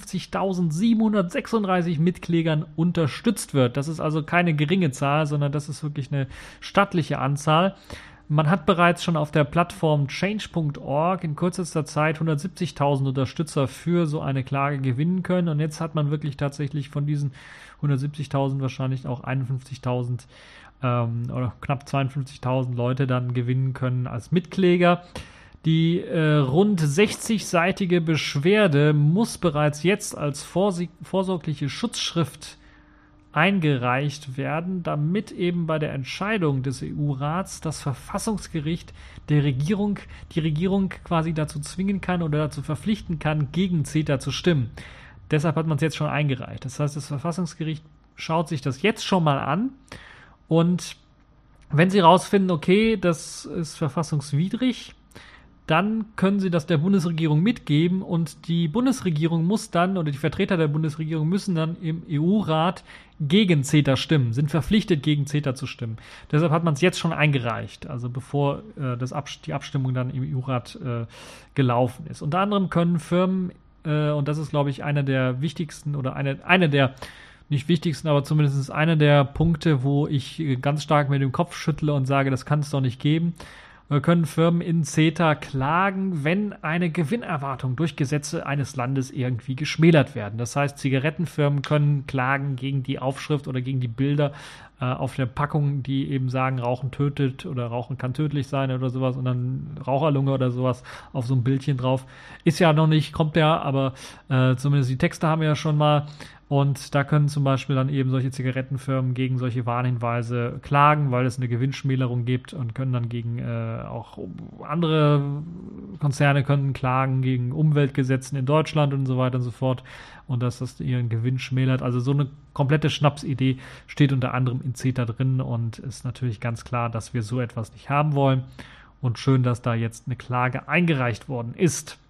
einundfünfzigtausendsiebenhundertsechsunddreißig Mitklägern unterstützt wird. Das ist also keine geringe Zahl, sondern das ist wirklich eine stattliche Anzahl. Man hat bereits schon auf der Plattform change punkt org in kürzester Zeit hundertsiebzigtausend Unterstützer für so eine Klage gewinnen können. Und jetzt hat man wirklich tatsächlich von diesen hundertsiebzigtausend wahrscheinlich auch einundfünfzigtausend ähm, oder knapp zweiundfünfzigtausend Leute dann gewinnen können als Mitkläger. Die äh, rund sechzigseitige Beschwerde muss bereits jetzt als vorsi- vorsorgliche Schutzschrift eingereicht werden, damit eben bei der Entscheidung des E U-Rats das Verfassungsgericht der Regierung, die Regierung quasi dazu zwingen kann oder dazu verpflichten kann, gegen CETA zu stimmen. Deshalb hat man es jetzt schon eingereicht. Das heißt, das Verfassungsgericht schaut sich das jetzt schon mal an und wenn sie rausfinden, okay, das ist verfassungswidrig, dann können sie das der Bundesregierung mitgeben und die Bundesregierung muss dann, oder die Vertreter der Bundesregierung müssen dann im E U-Rat gegen CETA stimmen, sind verpflichtet, gegen CETA zu stimmen. Deshalb hat man es jetzt schon eingereicht, also bevor äh, das Abst- die Abstimmung dann im E U-Rat äh, gelaufen ist. Unter anderem können Firmen, äh, und das ist, glaube ich, einer der wichtigsten oder eine, eine der nicht wichtigsten, aber zumindest einer der Punkte, wo ich ganz stark mit dem Kopf schüttle und sage, das kann es doch nicht geben, können Firmen in CETA klagen, wenn eine Gewinnerwartung durch Gesetze eines Landes irgendwie geschmälert werden. Das heißt, Zigarettenfirmen können klagen gegen die Aufschrift oder gegen die Bilder äh, auf der Packung, die eben sagen, Rauchen tötet oder Rauchen kann tödlich sein oder sowas und dann Raucherlunge oder sowas auf so einem Bildchen drauf. Ist ja noch nicht, kommt ja, aber äh, zumindest die Texte haben wir ja schon mal. Und da können zum Beispiel dann eben solche Zigarettenfirmen gegen solche Warnhinweise klagen, weil es eine Gewinnschmälerung gibt und können dann gegen äh, auch andere Konzerne können klagen gegen Umweltgesetzen in Deutschland und so weiter und so fort und dass das ihren Gewinn schmälert. Also so eine komplette Schnapsidee steht unter anderem in CETA drin und ist natürlich ganz klar, dass wir so etwas nicht haben wollen und schön, dass da jetzt eine Klage eingereicht worden ist.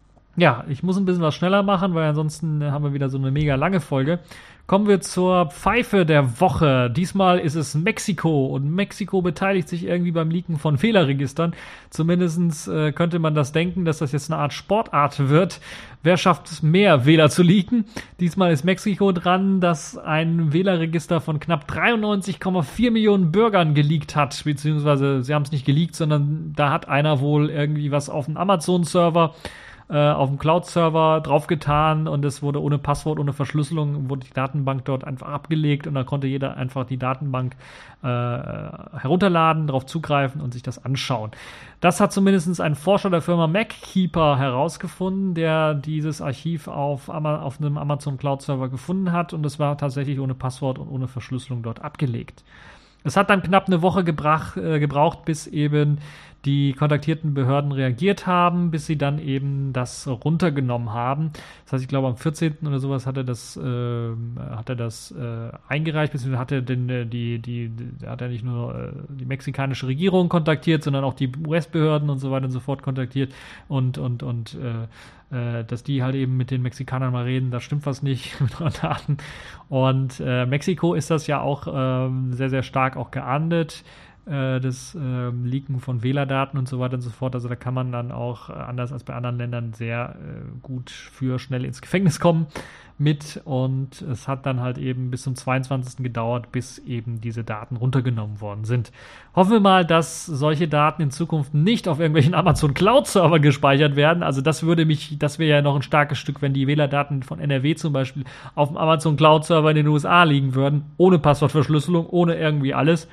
Ja, ich muss ein bisschen was schneller machen, weil ansonsten haben wir wieder so eine mega lange Folge. Kommen wir zur Pfeife der Woche. Diesmal ist es Mexiko und Mexiko beteiligt sich irgendwie beim Leaken von Fehlerregistern. Zumindest äh, könnte man das denken, dass das jetzt eine Art Sportart wird. Wer schafft es mehr, Wähler zu leaken? Diesmal ist Mexiko dran, das ein Wählerregister von knapp dreiundneunzig Komma vier Millionen Bürgern geleakt hat. Beziehungsweise sie haben es nicht geleakt, sondern da hat einer wohl irgendwie was auf dem Amazon-Server auf dem Cloud-Server draufgetan und es wurde ohne Passwort, ohne Verschlüsselung, wurde die Datenbank dort einfach abgelegt und dann konnte jeder einfach die Datenbank äh, herunterladen, darauf zugreifen und sich das anschauen. Das hat zumindest ein Forscher der Firma MacKeeper herausgefunden, der dieses Archiv auf, auf einem Amazon Cloud-Server gefunden hat und es war tatsächlich ohne Passwort und ohne Verschlüsselung dort abgelegt. Es hat dann knapp eine Woche gebrach, äh, gebraucht, bis eben die kontaktierten Behörden reagiert haben, bis sie dann eben das runtergenommen haben. Das heißt, ich glaube, am vierzehnten oder sowas hat er das, äh, hat er das äh, eingereicht, beziehungsweise hat er den, die, die, die, hat er nicht nur äh, die mexikanische Regierung kontaktiert, sondern auch die U S-Behörden und so weiter und so fort kontaktiert und, und, und äh, äh, dass die halt eben mit den Mexikanern mal reden, da stimmt was nicht mit euren Daten. Und äh, Mexiko ist das ja auch äh, sehr, sehr stark auch geahndet. Das äh, Leaken von Wählerdaten und so weiter und so fort. Also da kann man dann auch, äh, anders als bei anderen Ländern, sehr äh, gut für schnell ins Gefängnis kommen mit. Und es hat dann halt eben bis zum zweiundzwanzigsten gedauert, bis eben diese Daten runtergenommen worden sind. Hoffen wir mal, dass solche Daten in Zukunft nicht auf irgendwelchen Amazon Cloud-Server gespeichert werden. Also das würde mich, das wäre ja noch ein starkes Stück, wenn die Wählerdaten von N R W zum Beispiel auf dem Amazon Cloud-Server in den U S A liegen würden, ohne Passwortverschlüsselung, ohne irgendwie alles.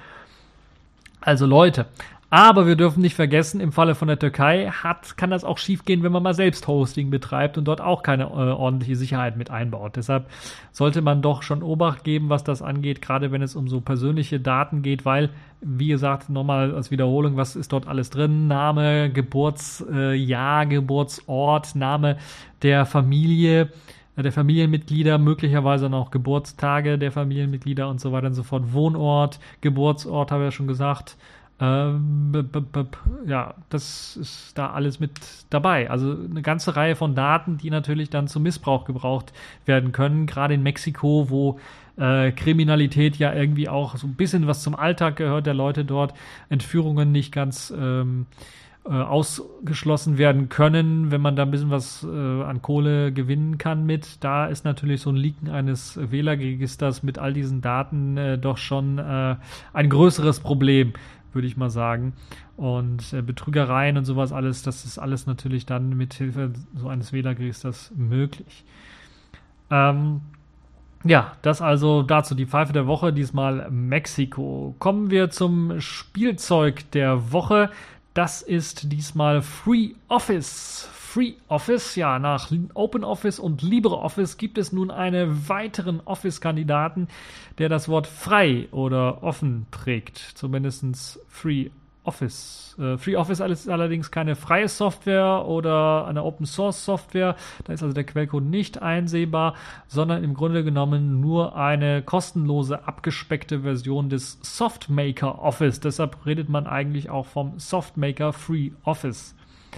Also Leute, aber wir dürfen nicht vergessen, im Falle von der Türkei hat, kann das auch schiefgehen, wenn man mal selbst Hosting betreibt und dort auch keine äh, ordentliche Sicherheit mit einbaut. Deshalb sollte man doch schon Obacht geben, was das angeht, gerade wenn es um so persönliche Daten geht, weil, wie gesagt, nochmal als Wiederholung, was ist dort alles drin? Name, Geburtsjahr, äh, Geburtsort, Name der Familie, der Familienmitglieder, möglicherweise noch Geburtstage der Familienmitglieder und so weiter und so fort, Wohnort, Geburtsort, habe ich ja schon gesagt. Ähm, b- b- b- ja, das ist da alles mit dabei. Also eine ganze Reihe von Daten, die natürlich dann zum Missbrauch gebraucht werden können, gerade in Mexiko, wo äh, Kriminalität ja irgendwie auch so ein bisschen was zum Alltag gehört der Leute dort, Entführungen nicht ganz ähm, ausgeschlossen werden können, wenn man da ein bisschen was äh, an Kohle gewinnen kann mit. Da ist natürlich so ein Leaken eines Wählerregisters mit all diesen Daten äh, doch schon äh, ein größeres Problem, würde ich mal sagen. Und äh, Betrügereien und sowas alles, das ist alles natürlich dann mit Hilfe so eines Wählerregisters möglich. Ähm, Ja, das also dazu die Pfeife der Woche, diesmal Mexiko. Kommen wir zum Spielzeug der Woche. Das ist diesmal FreeOffice. FreeOffice, ja, nach OpenOffice und LibreOffice gibt es nun einen weiteren Office-Kandidaten, der das Wort frei oder offen trägt. Zumindest FreeOffice. Äh, FreeOffice ist allerdings keine freie Software oder eine Open-Source-Software. Da ist also der Quellcode nicht einsehbar, sondern im Grunde genommen nur eine kostenlose, abgespeckte Version des SoftMaker Office. Deshalb redet man eigentlich auch vom SoftMaker FreeOffice.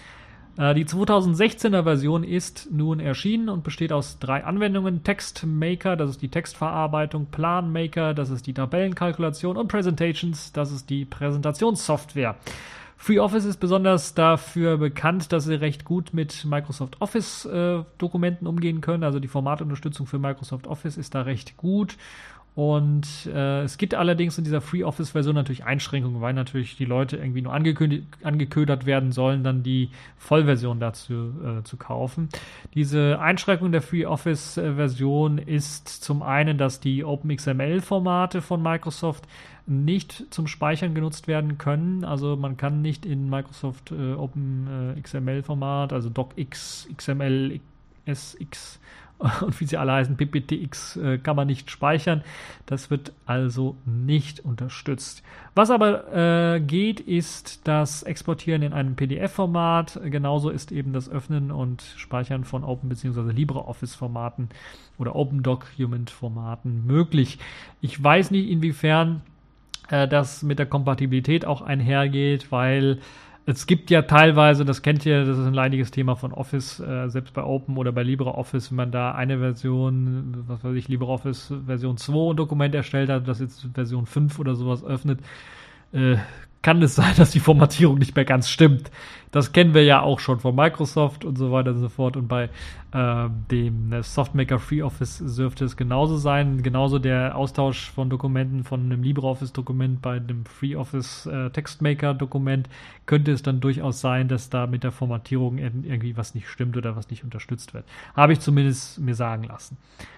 Die zweitausendsechzehner Version ist nun erschienen und besteht aus drei Anwendungen. TextMaker, das ist die Textverarbeitung, PlanMaker, das ist die Tabellenkalkulation und Presentations, das ist die Präsentationssoftware. FreeOffice ist besonders dafür bekannt, dass sie recht gut mit Microsoft Office äh, Dokumenten umgehen können. Also die Formatunterstützung für Microsoft Office ist da recht gut. Und äh, es gibt allerdings in dieser FreeOffice-Version natürlich Einschränkungen, weil natürlich die Leute irgendwie nur angekündigt, angeködert werden sollen, dann die Vollversion dazu äh, zu kaufen. Diese Einschränkung der FreeOffice-Version ist zum einen, dass die OpenXML-Formate von Microsoft nicht zum Speichern genutzt werden können. Also man kann nicht in Microsoft äh, OpenXML-Format, also DocX, X M L, S X und wie sie alle heißen, P P T X, äh, kann man nicht speichern. Das wird also nicht unterstützt. Was aber äh, geht, ist das Exportieren in einem P D F-Format. Genauso ist eben das Öffnen und Speichern von Open- bzw. LibreOffice-Formaten oder Open Document-Formaten möglich. Ich weiß nicht, inwiefern äh, das mit der Kompatibilität auch einhergeht, weil es gibt ja teilweise, das kennt ihr, das ist ein leidiges Thema von Office, äh, selbst bei Open oder bei LibreOffice, wenn man da eine Version, was weiß ich, LibreOffice Version zwei ein Dokument erstellt hat, das jetzt Version fünf oder sowas öffnet, äh, kann es sein, dass die Formatierung nicht mehr ganz stimmt. Das kennen wir ja auch schon von Microsoft und so weiter und so fort. Und bei äh, dem SoftMaker FreeOffice dürfte es genauso sein. Genauso der Austausch von Dokumenten von einem LibreOffice-Dokument bei dem FreeOffice äh, TextMaker-Dokument könnte es dann durchaus sein, dass da mit der Formatierung irgendwie was nicht stimmt oder was nicht unterstützt wird. Habe ich zumindest mir sagen lassen.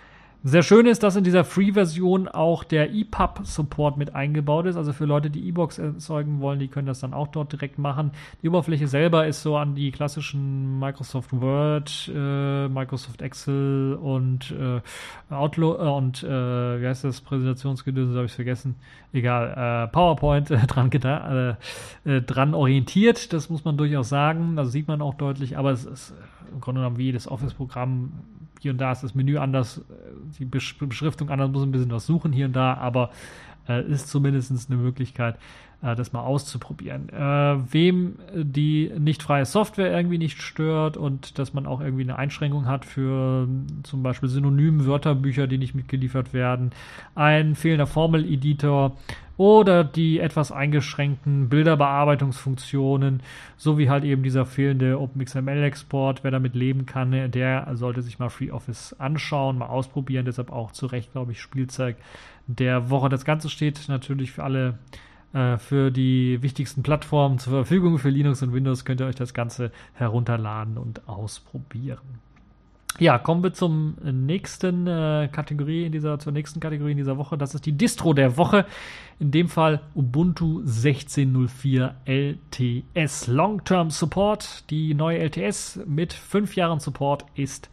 Sehr schön ist, dass in dieser Free-Version auch der E P U B-Support mit eingebaut ist. Also für Leute, die E-Books erzeugen wollen, die können das dann auch dort direkt machen. Die Oberfläche selber ist so an die klassischen Microsoft Word, äh, Microsoft Excel und äh, Outlook äh, und äh, wie heißt das, Präsentationsgedöns, habe ich vergessen. Egal, äh, PowerPoint äh, dran, äh, äh, dran orientiert. Das muss man durchaus sagen. Das sieht man auch deutlich. Aber es ist im Grunde genommen wie jedes Office-Programm. Hier und da ist das Menü anders, die Beschriftung anders, muss ein bisschen was suchen hier und da, aber äh, ist zumindest eine Möglichkeit, äh, das mal auszuprobieren. Äh, wem die nicht freie Software irgendwie nicht stört und dass man auch irgendwie eine Einschränkung hat für zum Beispiel Synonymen, Wörterbücher, die nicht mitgeliefert werden, ein fehlender Formel-Editor oder die etwas eingeschränkten Bilderbearbeitungsfunktionen, sowie halt eben dieser fehlende OpenXML-Export. Wer damit leben kann, der sollte sich mal FreeOffice anschauen, mal ausprobieren. Deshalb auch zu Recht, glaube ich, Spielzeug der Woche. Das Ganze steht natürlich für alle, äh, für die wichtigsten Plattformen zur Verfügung. Für Linux und Windows könnt ihr euch das Ganze herunterladen und ausprobieren. Ja, kommen wir zum nächsten äh, Kategorie in dieser, zur nächsten Kategorie in dieser Woche. Das ist die Distro der Woche. In dem Fall Ubuntu sechzehn null vier L T S. Long-Term Support. Die neue L T S mit fünf Jahren Support ist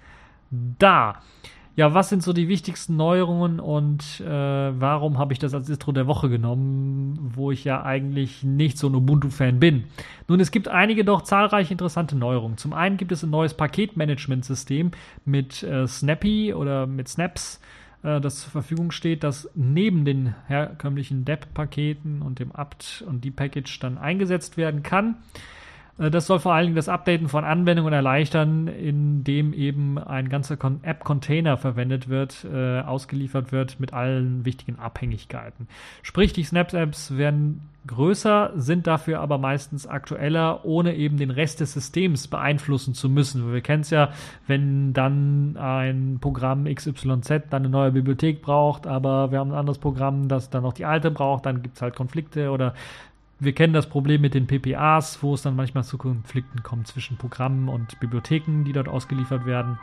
da. Ja, was sind so die wichtigsten Neuerungen und äh, warum habe ich das als Distro der Woche genommen, wo ich ja eigentlich nicht so ein Ubuntu-Fan bin? Nun, es gibt einige doch zahlreiche interessante Neuerungen. Zum einen gibt es ein neues Paketmanagement-System mit äh, Snappy oder mit Snaps, äh, das zur Verfügung steht, das neben den herkömmlichen dep-Paketen und dem apt und die Package dann eingesetzt werden kann. Das soll vor allen Dingen das Updaten von Anwendungen erleichtern, indem eben ein ganzer App-Container verwendet wird, äh, ausgeliefert wird mit allen wichtigen Abhängigkeiten. Sprich, die Snaps-Apps werden größer, sind dafür aber meistens aktueller, ohne eben den Rest des Systems beeinflussen zu müssen. Wir kennen es ja, wenn dann ein Programm X Y Z dann eine neue Bibliothek braucht, aber wir haben ein anderes Programm, das dann noch die alte braucht, dann gibt es halt Konflikte oder wir kennen das Problem mit den P P As, wo es dann manchmal zu Konflikten kommt zwischen Programmen und Bibliotheken, die dort ausgeliefert werden.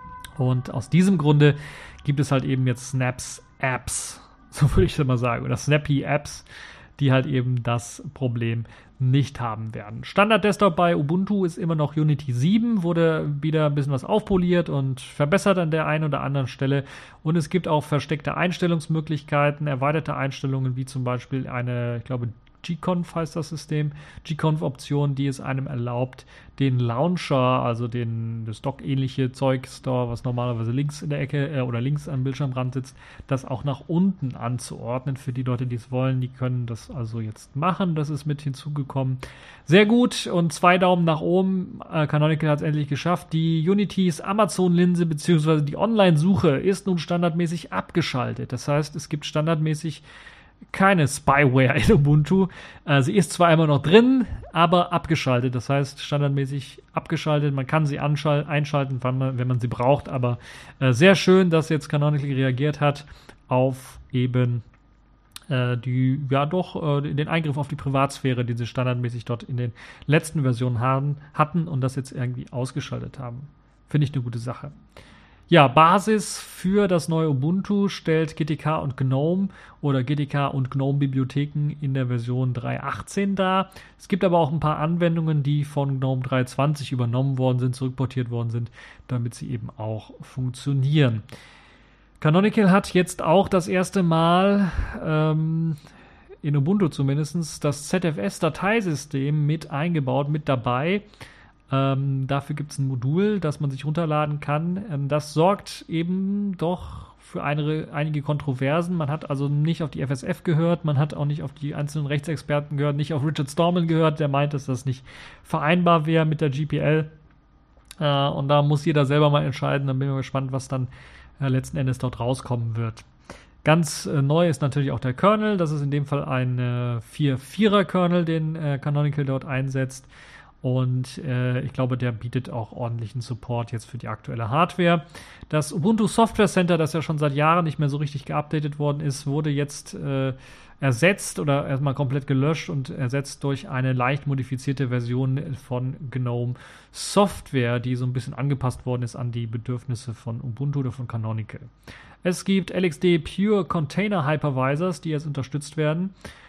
Und aus diesem Grunde gibt es halt eben jetzt Snaps-Apps, so würde ich es mal sagen, oder Snappy-Apps, die halt eben das Problem nicht haben werden. Standard-Desktop bei Ubuntu ist immer noch Unity sieben, wurde wieder ein bisschen was aufpoliert und verbessert an der einen oder anderen Stelle. Und es gibt auch versteckte Einstellungsmöglichkeiten, erweiterte Einstellungen, wie zum Beispiel eine, ich glaube, Gconf heißt das System, Gconf-Option, die es einem erlaubt, den Launcher, also den das Dock-ähnliche Zeugs da, was normalerweise links in der Ecke äh, oder links am Bildschirmrand sitzt, das auch nach unten anzuordnen. Für die Leute, die es wollen, die können das also jetzt machen. Das ist mit hinzugekommen. Sehr gut und zwei Daumen nach oben. Äh, Canonical hat es endlich geschafft. Die Unitys Amazon-Linse bzw. die Online-Suche ist nun standardmäßig abgeschaltet. Das heißt, es gibt standardmäßig keine Spyware in Ubuntu. Äh, sie ist zwar immer noch drin, aber abgeschaltet. Das heißt, standardmäßig abgeschaltet. Man kann sie anschal- einschalten, wenn man, wenn man sie braucht. Aber äh, sehr schön, dass jetzt Canonical reagiert hat auf eben äh, die, ja doch, äh, den Eingriff auf die Privatsphäre, den sie standardmäßig dort in den letzten Versionen haben, hatten und das jetzt irgendwie ausgeschaltet haben. Finde ich eine gute Sache. Ja, Basis für das neue Ubuntu stellt G T K und GNOME oder G T K und GNOME-Bibliotheken in der Version drei Punkt achtzehn dar. Es gibt aber auch ein paar Anwendungen, die von GNOME drei Punkt zwanzig übernommen worden sind, zurückportiert worden sind, damit sie eben auch funktionieren. Canonical hat jetzt auch das erste Mal ähm, in Ubuntu zumindest das Z F S-Dateisystem mit eingebaut, mit dabei. Ähm, dafür gibt es ein Modul, das man sich runterladen kann. Ähm, das sorgt eben doch für eine, einige Kontroversen. Man hat also nicht auf die F S F gehört, man hat auch nicht auf die einzelnen Rechtsexperten gehört, nicht auf Richard Stallman gehört, der meint, dass das nicht vereinbar wäre mit der G P L. Äh, und da muss jeder selber mal entscheiden. Dann bin ich mal gespannt, was dann äh, letzten Endes dort rauskommen wird. Ganz äh, neu ist natürlich auch der Kernel. Das ist in dem Fall ein äh, vier Punkt vierer Kernel, den äh, Canonical dort einsetzt. Und äh, ich glaube, der bietet auch ordentlichen Support jetzt für die aktuelle Hardware. Das Ubuntu Software Center, das ja schon seit Jahren nicht mehr so richtig geupdatet worden ist, wurde jetzt äh, ersetzt oder erstmal komplett gelöscht und ersetzt durch eine leicht modifizierte Version von GNOME Software, die so ein bisschen angepasst worden ist an die Bedürfnisse von Ubuntu oder von Canonical. Es gibt L X D Pure Container Hypervisors, die jetzt unterstützt werden.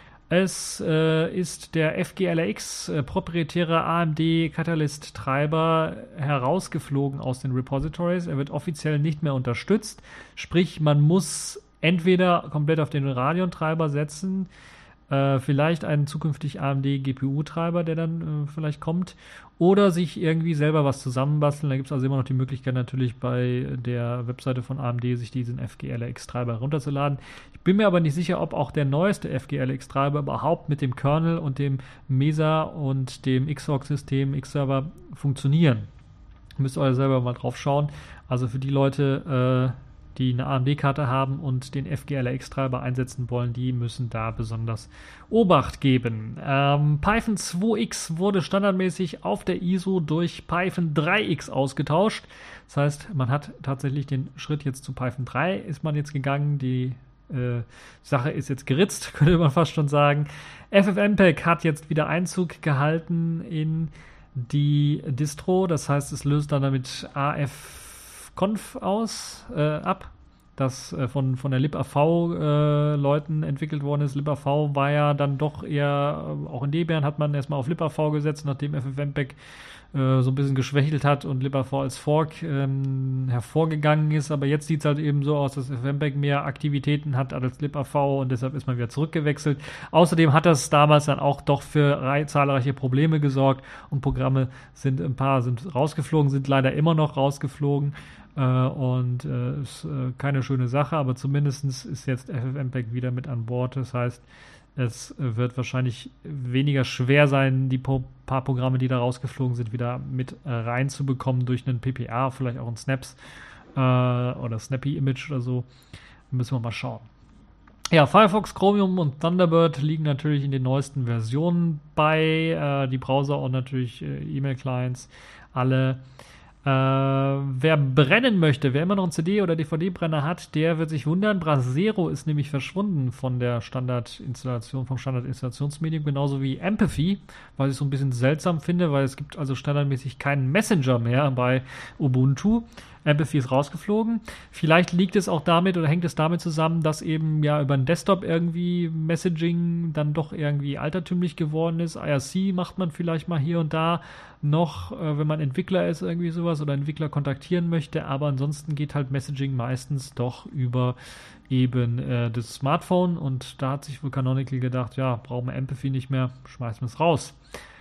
Es äh, ist der F G L R X äh, proprietäre A M D Catalyst Treiber herausgeflogen aus den Repositories. Er wird offiziell nicht mehr unterstützt. Sprich, man muss entweder komplett auf den Radeon-Treiber setzen, äh, vielleicht einen zukünftig A M D G P U-Treiber, der dann äh, vielleicht kommt, oder sich irgendwie selber was zusammenbasteln. Da gibt es also immer noch die Möglichkeit natürlich bei der Webseite von A M D, sich diesen F G L R X-Treiber herunterzuladen. Ich bin mir aber nicht sicher, ob auch der neueste F G L R X-Treiber überhaupt mit dem Kernel und dem Mesa und dem Xorg-System, X-Server funktionieren. Müsst ihr euch selber mal drauf schauen. Also für die Leute, äh, die eine A M D-Karte haben und den F G L R X-Treiber einsetzen wollen, die müssen da besonders Obacht geben. Ähm, Python zwei X wurde standardmäßig auf der I S O durch Python drei X ausgetauscht. Das heißt, man hat tatsächlich den Schritt jetzt zu Python drei ist man jetzt gegangen. Die äh, Sache ist jetzt geritzt, könnte man fast schon sagen. FFmpeg hat jetzt wieder Einzug gehalten in die Distro. Das heißt, es löst dann damit A F Conf aus, äh, ab, das äh, von, von der libav-Leuten äh, entwickelt worden ist. libav war ja dann doch eher, äh, auch in Debian hat man erstmal auf libav gesetzt, nachdem FFmpeg äh, so ein bisschen geschwächelt hat und libav als Fork ähm, hervorgegangen ist. Aber jetzt sieht es halt eben so aus, dass FFmpeg mehr Aktivitäten hat als libav und deshalb ist man wieder zurückgewechselt. Außerdem hat das damals dann auch doch für rei- zahlreiche Probleme gesorgt und Programme sind, ein paar sind rausgeflogen, sind leider immer noch rausgeflogen. Uh, und uh, ist uh, keine schöne Sache, aber zumindest ist jetzt FFmpeg wieder mit an Bord. Das heißt, es uh, wird wahrscheinlich weniger schwer sein, die po- paar Programme, die da rausgeflogen sind, wieder mit uh, reinzubekommen durch einen P P A, vielleicht auch ein Snaps uh, oder Snappy Image oder so. Müssen wir mal schauen. Ja, Firefox, Chromium und Thunderbird liegen natürlich in den neuesten Versionen bei. Uh, die Browser und natürlich uh, E-Mail-Clients alle. Äh, wer brennen möchte, wer immer noch einen C D- oder D V D-Brenner hat, der wird sich wundern. Brasero ist nämlich verschwunden von der Standardinstallation, vom Standardinstallationsmedium, genauso wie Empathy, was ich so ein bisschen seltsam finde, weil es gibt also standardmäßig keinen Messenger mehr bei Ubuntu. Empathy ist rausgeflogen. Vielleicht liegt es auch damit oder hängt es damit zusammen, dass eben ja über den Desktop irgendwie Messaging dann doch irgendwie altertümlich geworden ist. I R C macht man vielleicht mal hier und da noch, äh, wenn man Entwickler ist, irgendwie sowas oder Entwickler kontaktieren möchte, aber ansonsten geht halt Messaging meistens doch über eben äh, das Smartphone und da hat sich wohl Canonical gedacht, ja, brauchen wir Empathy nicht mehr, schmeißen wir es raus.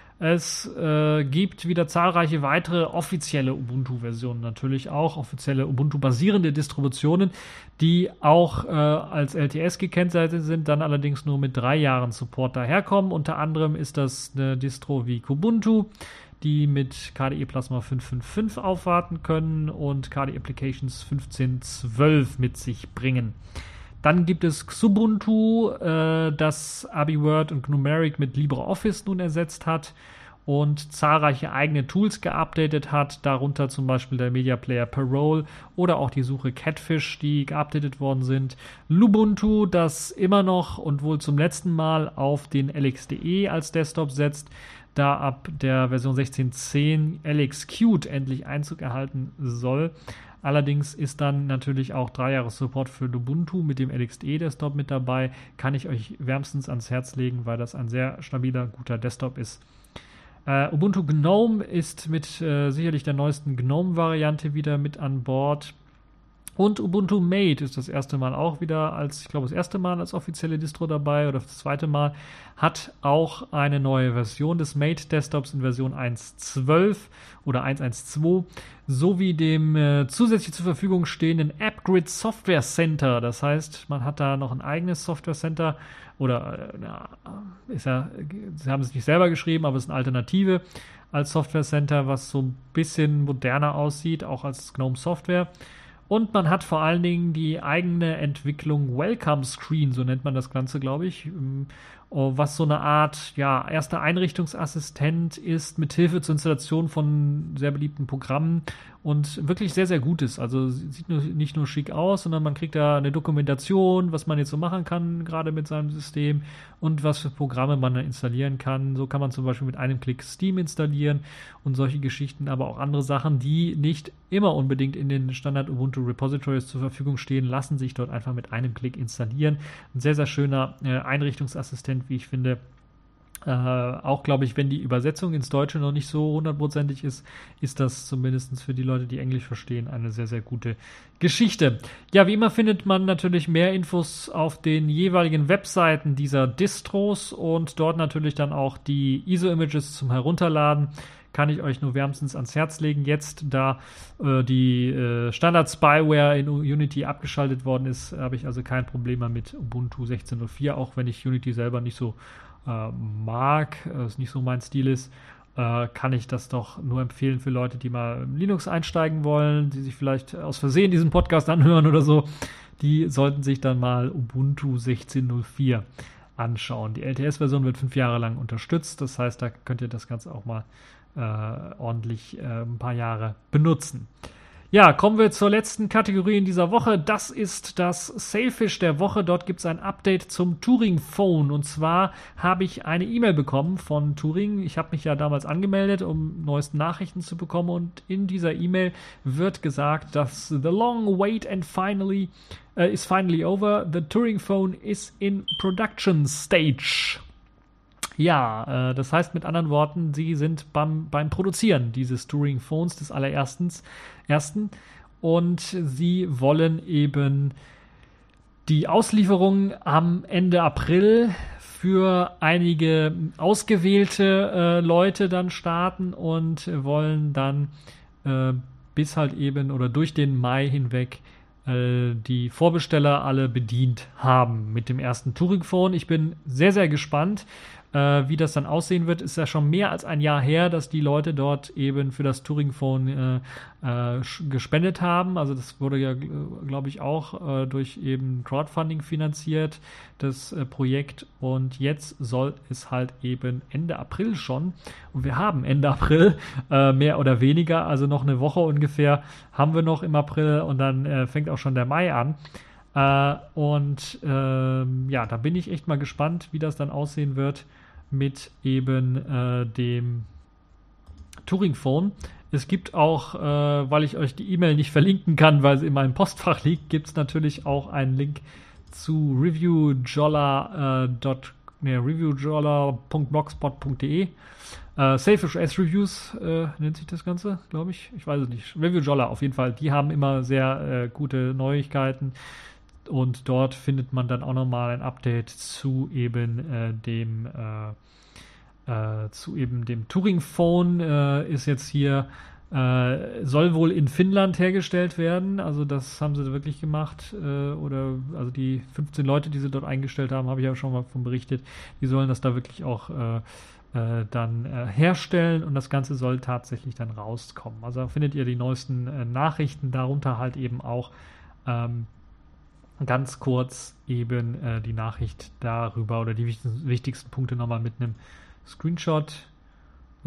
Es äh, gibt wieder zahlreiche weitere offizielle Ubuntu-Versionen, natürlich auch offizielle Ubuntu-basierende Distributionen, die auch äh, als L T S gekennzeichnet sind, dann allerdings nur mit drei Jahren Support daherkommen. Unter anderem ist das eine Distro wie Kubuntu, die mit K D E Plasma fünf Punkt fünf Punkt fünf aufwarten können und K D E Applications fünfzehn Punkt zwölf mit sich bringen. Dann gibt es Xubuntu, äh, das AbiWord und Gnumeric mit LibreOffice nun ersetzt hat und zahlreiche eigene Tools geupdatet hat, darunter zum Beispiel der Media Player Parole oder auch die Suche Catfish, die geupdatet worden sind. Lubuntu, das immer noch und wohl zum letzten Mal auf den L X D E als Desktop setzt, da ab der Version sechzehn Punkt zehn L X Qt endlich Einzug erhalten soll. Allerdings ist dann natürlich auch drei Jahre Support für Lubuntu mit dem L X D E-Desktop mit dabei. Kann ich euch wärmstens ans Herz legen, weil das ein sehr stabiler, guter Desktop ist. Uh, Ubuntu Gnome ist mit äh, sicherlich der neuesten Gnome-Variante wieder mit an Bord. Und Ubuntu Mate ist das erste Mal auch wieder als, ich glaube, das erste Mal als offizielle Distro dabei oder das zweite Mal, hat auch eine neue Version des Mate Desktops in Version eins Punkt zwölf oder eins Punkt eins Punkt zwei sowie dem äh, zusätzlich zur Verfügung stehenden AppGrid Software Center. Das heißt, man hat da noch ein eigenes Software Center oder äh, ja, ist ja, sie haben es nicht selber geschrieben, aber es ist eine Alternative als Software Center, was so ein bisschen moderner aussieht, auch als Gnome Software. Und man hat vor allen Dingen die eigene Entwicklung Welcome Screen, so nennt man das Ganze, glaube ich. was so eine Art ja, erster Einrichtungsassistent ist, mit Hilfe zur Installation von sehr beliebten Programmen und wirklich sehr, sehr gut ist. Also sieht nur, nicht nur schick aus, sondern man kriegt da eine Dokumentation, was man jetzt so machen kann, gerade mit seinem System und was für Programme man da installieren kann. So kann man zum Beispiel mit einem Klick Steam installieren und solche Geschichten, aber auch andere Sachen, die nicht immer unbedingt in den Standard Ubuntu Repositories zur Verfügung stehen, lassen sich dort einfach mit einem Klick installieren. Ein sehr, sehr schöner äh, Einrichtungsassistent, wie ich finde. Äh, auch, glaube ich, wenn die Übersetzung ins Deutsche noch nicht so hundertprozentig ist, ist das zumindest für die Leute, die Englisch verstehen, eine sehr, sehr gute Geschichte. Ja, wie immer findet man natürlich mehr Infos auf den jeweiligen Webseiten dieser Distros und dort natürlich dann auch die I S O-Images zum Herunterladen. Kann ich euch nur wärmstens ans Herz legen. Jetzt, da äh, die äh, Standard-Spyware in Unity abgeschaltet worden ist, habe ich also kein Problem mehr mit Ubuntu sechzehn Punkt null vier, auch wenn ich Unity selber nicht so äh, mag, es nicht so mein Stil ist, äh, kann ich das doch nur empfehlen für Leute, die mal in Linux einsteigen wollen, die sich vielleicht aus Versehen diesen Podcast anhören oder so. Die sollten sich dann mal Ubuntu sechzehn Punkt null vier anschauen. Die L T S-Version wird fünf Jahre lang unterstützt, das heißt, da könnt ihr das Ganze auch mal Äh, ordentlich äh, ein paar Jahre benutzen. Ja, kommen wir zur letzten Kategorie in dieser Woche. Das ist das Sailfish der Woche. Dort gibt es ein Update zum Turing Phone. Und zwar habe ich eine E-Mail bekommen von Turing. Ich habe mich ja damals angemeldet, um neuesten Nachrichten zu bekommen. Und in dieser E-Mail wird gesagt, dass the long wait and finally uh, is finally over. The Turing Phone is in production stage. Ja, äh, das heißt mit anderen Worten, sie sind beim, beim Produzieren dieses Turing Phones des allerersten ersten, und sie wollen eben die Auslieferung am Ende April für einige ausgewählte äh, Leute dann starten und wollen dann äh, bis halt eben oder durch den Mai hinweg äh, die Vorbesteller alle bedient haben mit dem ersten Turing Phone. Ich bin sehr, sehr gespannt, Äh, wie das dann aussehen wird. Ist ja schon mehr als ein Jahr her, dass die Leute dort eben für das Turing Phone äh, äh, gespendet haben. Also das wurde ja, glaube ich, auch äh, durch eben Crowdfunding finanziert, das äh, Projekt. Und jetzt soll es halt eben Ende April schon, und wir haben Ende April, äh, mehr oder weniger, also noch eine Woche ungefähr haben wir noch im April und dann äh, fängt auch schon der Mai an. Uh, und ähm, ja, da bin ich echt mal gespannt, wie das dann aussehen wird mit eben äh, dem Turing Phone. Es gibt auch, äh, weil ich euch die E-Mail nicht verlinken kann, weil sie in meinem Postfach liegt, gibt es natürlich auch einen Link zu reviewjolla punkt blogspot punkt de. Uh, Sailfish S Reviews äh, nennt sich das Ganze, glaube ich. Ich weiß es nicht. Reviewjolla auf jeden Fall. Die haben immer sehr äh, gute Neuigkeiten. Und dort findet man dann auch nochmal ein Update zu eben äh, dem äh, äh, zu eben dem Turing Phone. Äh, ist jetzt hier, äh, soll wohl in Finnland hergestellt werden. Also das haben sie wirklich gemacht. Äh, oder also die fünfzehn Leute, die sie dort eingestellt haben, habe ich ja schon mal von berichtet. Die sollen das da wirklich auch äh, äh, dann äh, herstellen und das Ganze soll tatsächlich dann rauskommen. Also da findet ihr die neuesten äh, Nachrichten, darunter halt eben auch ähm, ganz kurz eben äh, die Nachricht darüber oder die wichtigsten, wichtigsten Punkte nochmal mit einem Screenshot. Äh,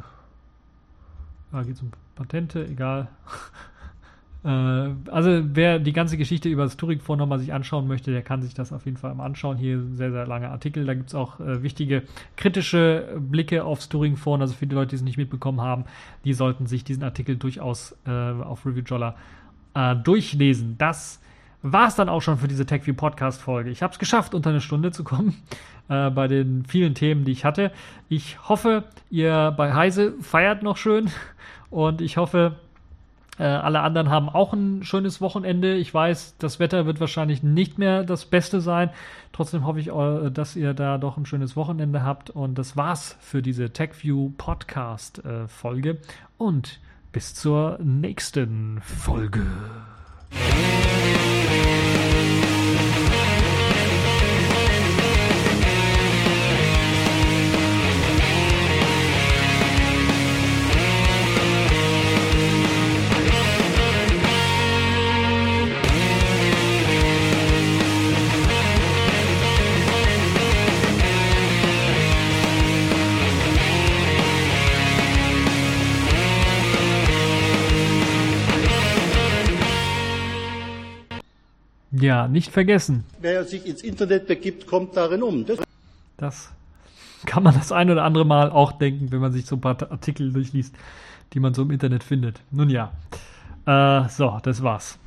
da geht es um Patente, egal. äh, also wer die ganze Geschichte über das Turing Phone nochmal sich anschauen möchte, der kann sich das auf jeden Fall mal anschauen. Hier ein sehr, sehr langer Artikel. Da gibt es auch äh, wichtige kritische Blicke aufs Turing Phone. Also für die Leute, die es nicht mitbekommen haben, die sollten sich diesen Artikel durchaus äh, auf Reviewjolla äh, durchlesen. Das war es dann auch schon für diese TechView Podcast-Folge. Ich habe es geschafft, unter eine Stunde zu kommen äh, bei den vielen Themen, die ich hatte. Ich hoffe, ihr bei Heise feiert noch schön und ich hoffe, äh, alle anderen haben auch ein schönes Wochenende. Ich weiß, das Wetter wird wahrscheinlich nicht mehr das Beste sein. Trotzdem hoffe ich, äh, dass ihr da doch ein schönes Wochenende habt und das war's für diese TechView Podcast-Folge äh, und bis zur nächsten Folge. Ja, nicht vergessen. Wer sich ins Internet begibt, kommt darin um. Das Das kann man das ein oder andere Mal auch denken, wenn man sich so ein paar Artikel durchliest, die man so im Internet findet. Nun ja, äh, so, das war's.